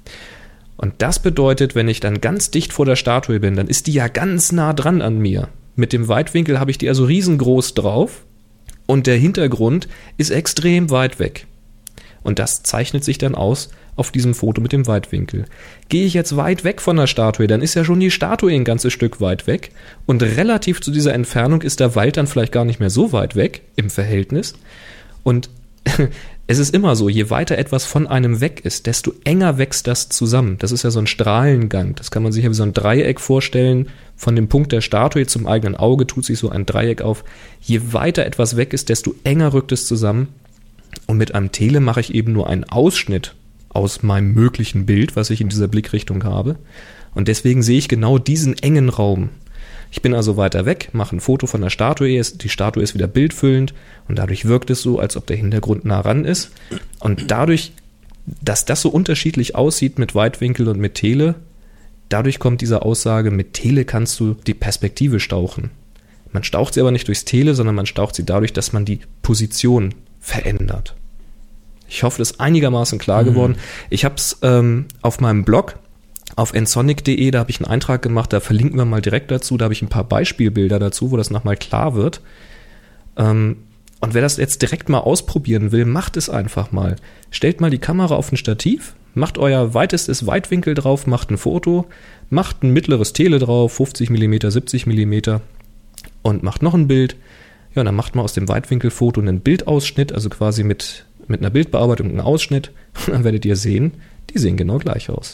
Und das bedeutet, wenn ich dann ganz dicht vor der Statue bin, dann ist die ja ganz nah dran an mir. Mit dem Weitwinkel habe ich die also riesengroß drauf und der Hintergrund ist extrem weit weg. Und das zeichnet sich dann aus auf diesem Foto mit dem Weitwinkel. Gehe ich jetzt weit weg von der Statue, dann ist ja schon die Statue ein ganzes Stück weit weg und relativ zu dieser Entfernung ist der Wald dann vielleicht gar nicht mehr so weit weg im Verhältnis. Und es ist immer so, je weiter etwas von einem weg ist, desto enger wächst das zusammen. Das ist ja so ein Strahlengang. Das kann man sich ja wie so ein Dreieck vorstellen. Von dem Punkt der Statue zum eigenen Auge tut sich so ein Dreieck auf. Je weiter etwas weg ist, desto enger rückt es zusammen. Und mit einem Tele mache ich eben nur einen Ausschnitt aus meinem möglichen Bild, was ich in dieser Blickrichtung habe. Und deswegen sehe ich genau diesen engen Raum. Ich bin also weiter weg, mache ein Foto von der Statue, die Statue ist wieder bildfüllend und dadurch wirkt es so, als ob der Hintergrund nah ran ist. Und dadurch, dass das so unterschiedlich aussieht mit Weitwinkel und mit Tele, dadurch kommt diese Aussage, mit Tele kannst du die Perspektive stauchen. Man staucht sie aber nicht durchs Tele, sondern man staucht sie dadurch, dass man die Position verändert. Ich hoffe, das ist einigermaßen klar geworden. Mhm. Ich habe es ähm, auf meinem Blog auf ensonic punkt de, da habe ich einen Eintrag gemacht, da verlinken wir mal direkt dazu, da habe ich ein paar Beispielbilder dazu, wo das nochmal klar wird. Ähm, und wer das jetzt direkt mal ausprobieren will, macht es einfach mal. Stellt mal die Kamera auf ein Stativ, macht euer weitestes Weitwinkel drauf, macht ein Foto, macht ein mittleres Tele drauf, fünfzig Millimeter, siebzig Millimeter und macht noch ein Bild. Ja, und dann macht man aus dem Weitwinkelfoto einen Bildausschnitt, also quasi mit, mit einer Bildbearbeitung einen Ausschnitt. Und dann werdet ihr sehen, die sehen genau gleich aus.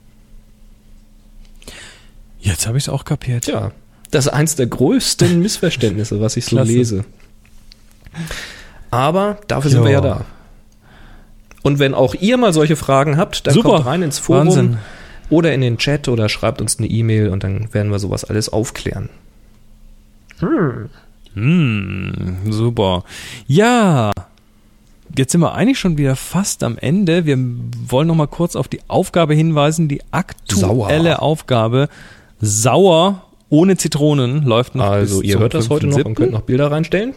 Jetzt habe ich es auch kapiert. Ja, das ist eins der größten Missverständnisse, was ich so Klasse. lese. Aber dafür sind jo. wir ja da. Und wenn auch ihr mal solche Fragen habt, dann Super. kommt rein ins Forum Wahnsinn. oder in den Chat oder schreibt uns eine E-Mail und dann werden wir sowas alles aufklären. Hm. Hm, super. Ja, jetzt sind wir eigentlich schon wieder fast am Ende. Wir wollen noch mal kurz auf die Aufgabe hinweisen. Die aktuelle Sauer. Aufgabe Sauer ohne Zitronen läuft noch Also bis ihr zum hört das heute noch fünften und könnt noch Bilder reinstellen.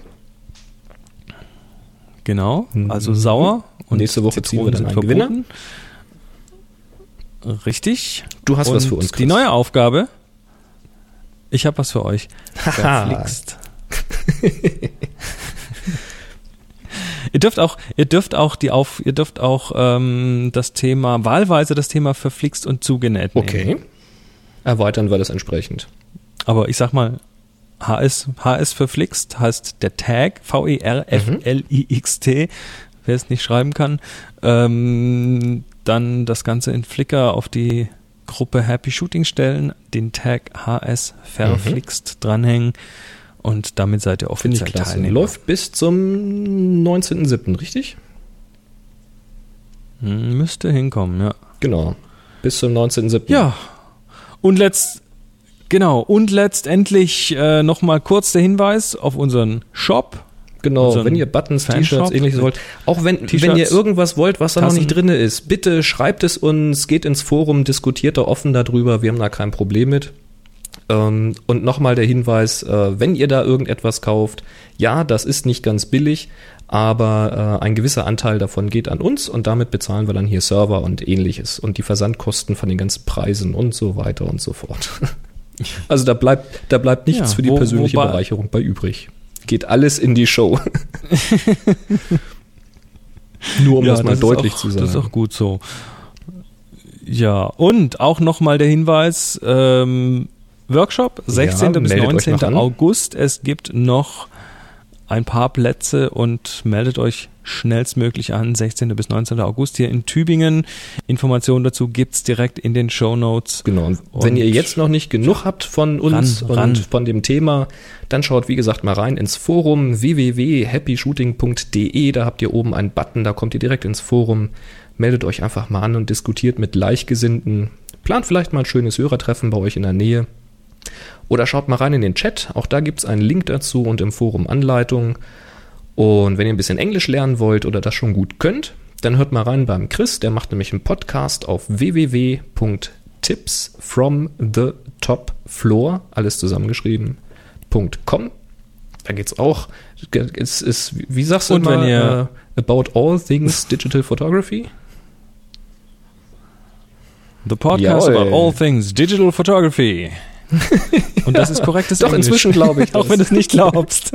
Genau, also Sauer. Und nächste Woche ziehen wir dann sind einen Gewinner. verboten. Richtig. Du hast und was für uns, Die Chris. neue Aufgabe. Ich habe was für euch. Verflixt. Ihr dürft auch, ihr dürft auch die auf, ihr dürft auch ähm, das Thema, wahlweise das Thema verflixt und zugenäht nehmen. Okay. Erweitern wir das entsprechend. Aber ich sag mal, H S, H S verflixt heißt der Tag, V E R F L I X T, wer es nicht schreiben kann, ähm, dann das Ganze in Flickr auf die Gruppe Happy Shooting stellen, den Tag H S verflixt mhm. dranhängen und damit seid ihr offiziell Teilnehmer. Läuft bis zum neunzehnten siebten, richtig? Hm, müsste hinkommen, ja. Genau, bis zum neunzehnten siebten. Ja, und letzt, genau, und letztendlich äh, nochmal kurz der Hinweis auf unseren Shop. Genau, wenn ihr Buttons, T-Shirts, ähnliches wollt, auch wenn, wenn ihr irgendwas wollt, was da noch nicht drin ist, bitte schreibt es uns, geht ins Forum, diskutiert da offen darüber, wir haben da kein Problem mit. Ähm, und nochmal der Hinweis, äh, wenn ihr da irgendetwas kauft, ja, das ist nicht ganz billig, aber äh, ein gewisser Anteil davon geht an uns und damit bezahlen wir dann hier Server und ähnliches und die Versandkosten von den ganzen Preisen und so weiter und so fort. Also da bleibt, da bleibt nichts ja, für die wo, persönliche wobei, Bereicherung bei übrig. Geht alles in die Show. Nur um ja, das mal das deutlich auch, zu sagen. Das ist auch gut so. Ja, und auch nochmal der Hinweis, ähm, Workshop, sechzehnten bis neunzehnten August. Es gibt noch ein paar Plätze und meldet euch schnellstmöglich an. sechzehnten bis neunzehnten August hier in Tübingen. Informationen dazu gibt's direkt in den Shownotes. Genau. Und wenn ihr jetzt noch nicht genug habt von uns ran, und ran. von dem Thema, dann schaut, wie gesagt, mal rein ins Forum w w w punkt happy shooting punkt d e. Da habt ihr oben einen Button, da kommt ihr direkt ins Forum. Meldet euch einfach mal an und diskutiert mit Gleichgesinnten. Plant vielleicht mal ein schönes Hörertreffen bei euch in der Nähe. Oder schaut mal rein in den Chat, auch da gibt es einen Link dazu und im Forum Anleitungen. Und wenn ihr ein bisschen Englisch lernen wollt oder das schon gut könnt, dann hört mal rein beim Chris, der macht nämlich einen Podcast auf w w w punkt tips from the top floor, alles zusammengeschrieben, .com. Da geht's auch, es ist, wie sagst du und immer, wenn ihr uh, about all things digital photography? The podcast Jawohl. about all things digital photography. Und das ist korrektes Doch, Englisch. inzwischen glaube ich das. Auch wenn du es nicht glaubst.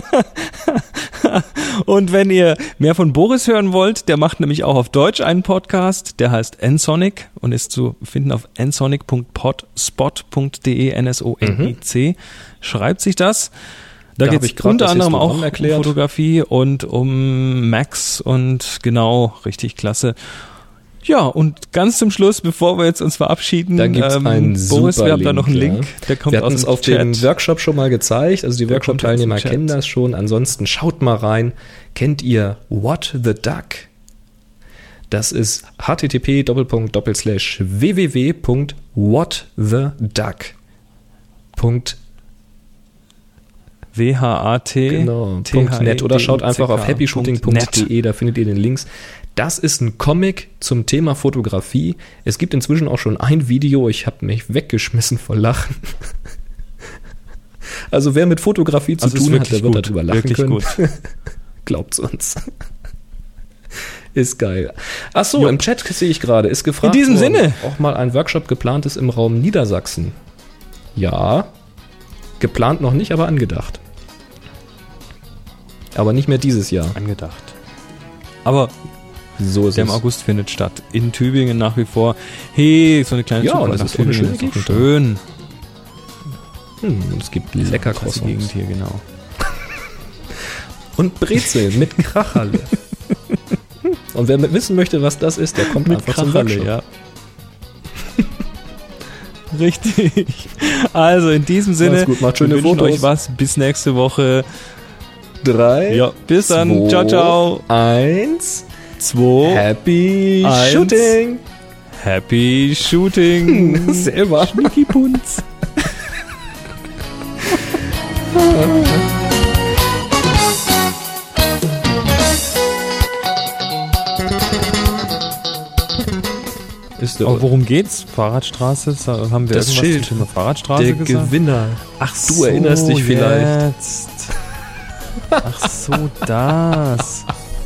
Und wenn ihr mehr von Boris hören wollt, der macht nämlich auch auf Deutsch einen Podcast, der heißt nsonic und ist zu finden auf nsonic punkt potspot punkt d e, N S O N I C. Mhm. Schreibt sich das. Da, da geht es unter anderem auch um Fotografie und um Max und genau, richtig klasse. Ja, und ganz zum Schluss, bevor wir jetzt uns verabschieden, da gibt's ähm, einen Boris, super wir haben da noch einen Link, ja. der kommt wir hatten aus es dem auf Chat. dem Workshop schon mal gezeigt, also die Der Workshop-Teilnehmer kennen das schon, ansonsten schaut mal rein, kennt ihr What the Duck? Das ist h t t p doppelpunkt doppelpunkt slash w w w punkt what the duck punkt W H A T genau, .net oder schaut einfach auf happy shooting punkt d e, da findet ihr den Links. Das ist ein Comic zum Thema Fotografie. Es gibt inzwischen auch schon ein Video, ich habe mich weggeschmissen vor Lachen. Also wer mit Fotografie zu also tun hat, der wird gut, darüber lachen wirklich können. Gut. Glaubt's uns. Ist geil. Ach so, jo. Im Chat sehe ich gerade, ist gefragt in diesem worden, Sinne auch mal ein Workshop geplant ist im Raum Niedersachsen. Ja, geplant noch nicht, aber angedacht. Aber nicht mehr dieses Jahr. Angedacht. Aber so ist der es. im August findet statt. In Tübingen nach wie vor. Hey, so eine kleine ja, Zufahrt das nach ist Tübingen. Schöne Gegend. Schön. Hm, es gibt lecker Croissants. Gegend hier, genau. Und Brezel mit Kracherle. Und wer wissen möchte, was das ist, der kommt mit einfach Kracherle, zum Workshop. Ja. Richtig. Also in diesem Sinne, macht's gut, macht schöne wir wünschen Fotos. euch was. Bis nächste Woche. Drei. Ja, bis dann. Zwei, ciao, ciao. Eins. Zwei. Happy eins. Shooting. Happy Shooting. Selber. Schnicki-Punz. Ist Aber worum geht's? Fahrradstraße? Haben wir das Schild. Zum Thema Fahrradstraße der gesagt? Gewinner. Ach du so, erinnerst dich vielleicht. Jetzt. Ach so, das.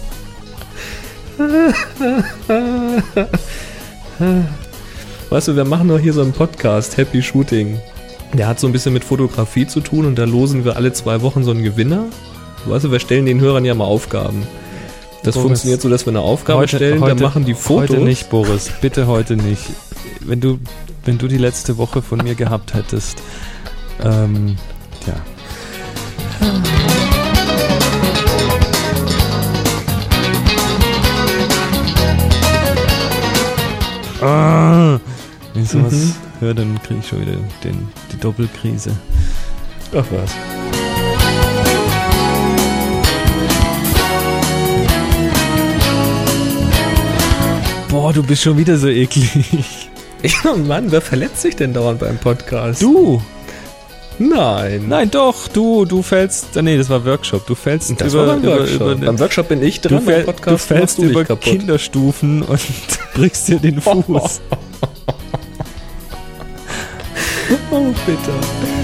Weißt du, wir machen doch hier so einen Podcast, Happy Shooting. Der hat so ein bisschen mit Fotografie zu tun und da losen wir alle zwei Wochen so einen Gewinner. Weißt du, wir stellen den Hörern ja mal Aufgaben. Das Boris, funktioniert so, dass wir eine Aufgabe heute, stellen, heute, dann machen die Fotos. Heute nicht, Boris, bitte heute nicht. Wenn du, wenn du die letzte Woche von mir gehabt hättest, ähm, ja. Ah, wenn ich sowas Mhm. höre, dann kriege ich schon wieder den, die Doppelkrise. Ach was. Boah, du bist schon wieder so eklig. Ja, Mann, wer verletzt sich denn dauernd beim Podcast? Du! Nein. Nein, doch, du, du fällst, nee, das war Workshop, du fällst Das über, war beim über, Workshop. über, beim Workshop bin ich du, dran, fäll, beim du Podcast fällst machst du mich über kaputt. Kinderstufen und brichst dir den Fuß. Oh, bitte.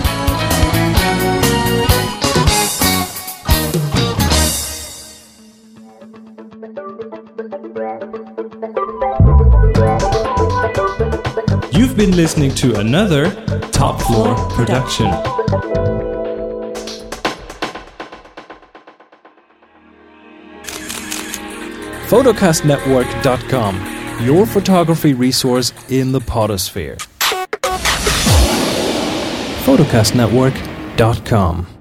You've been listening to another Top Floor production. photocast network dot com, your photography resource in the potosphere. photocast network dot com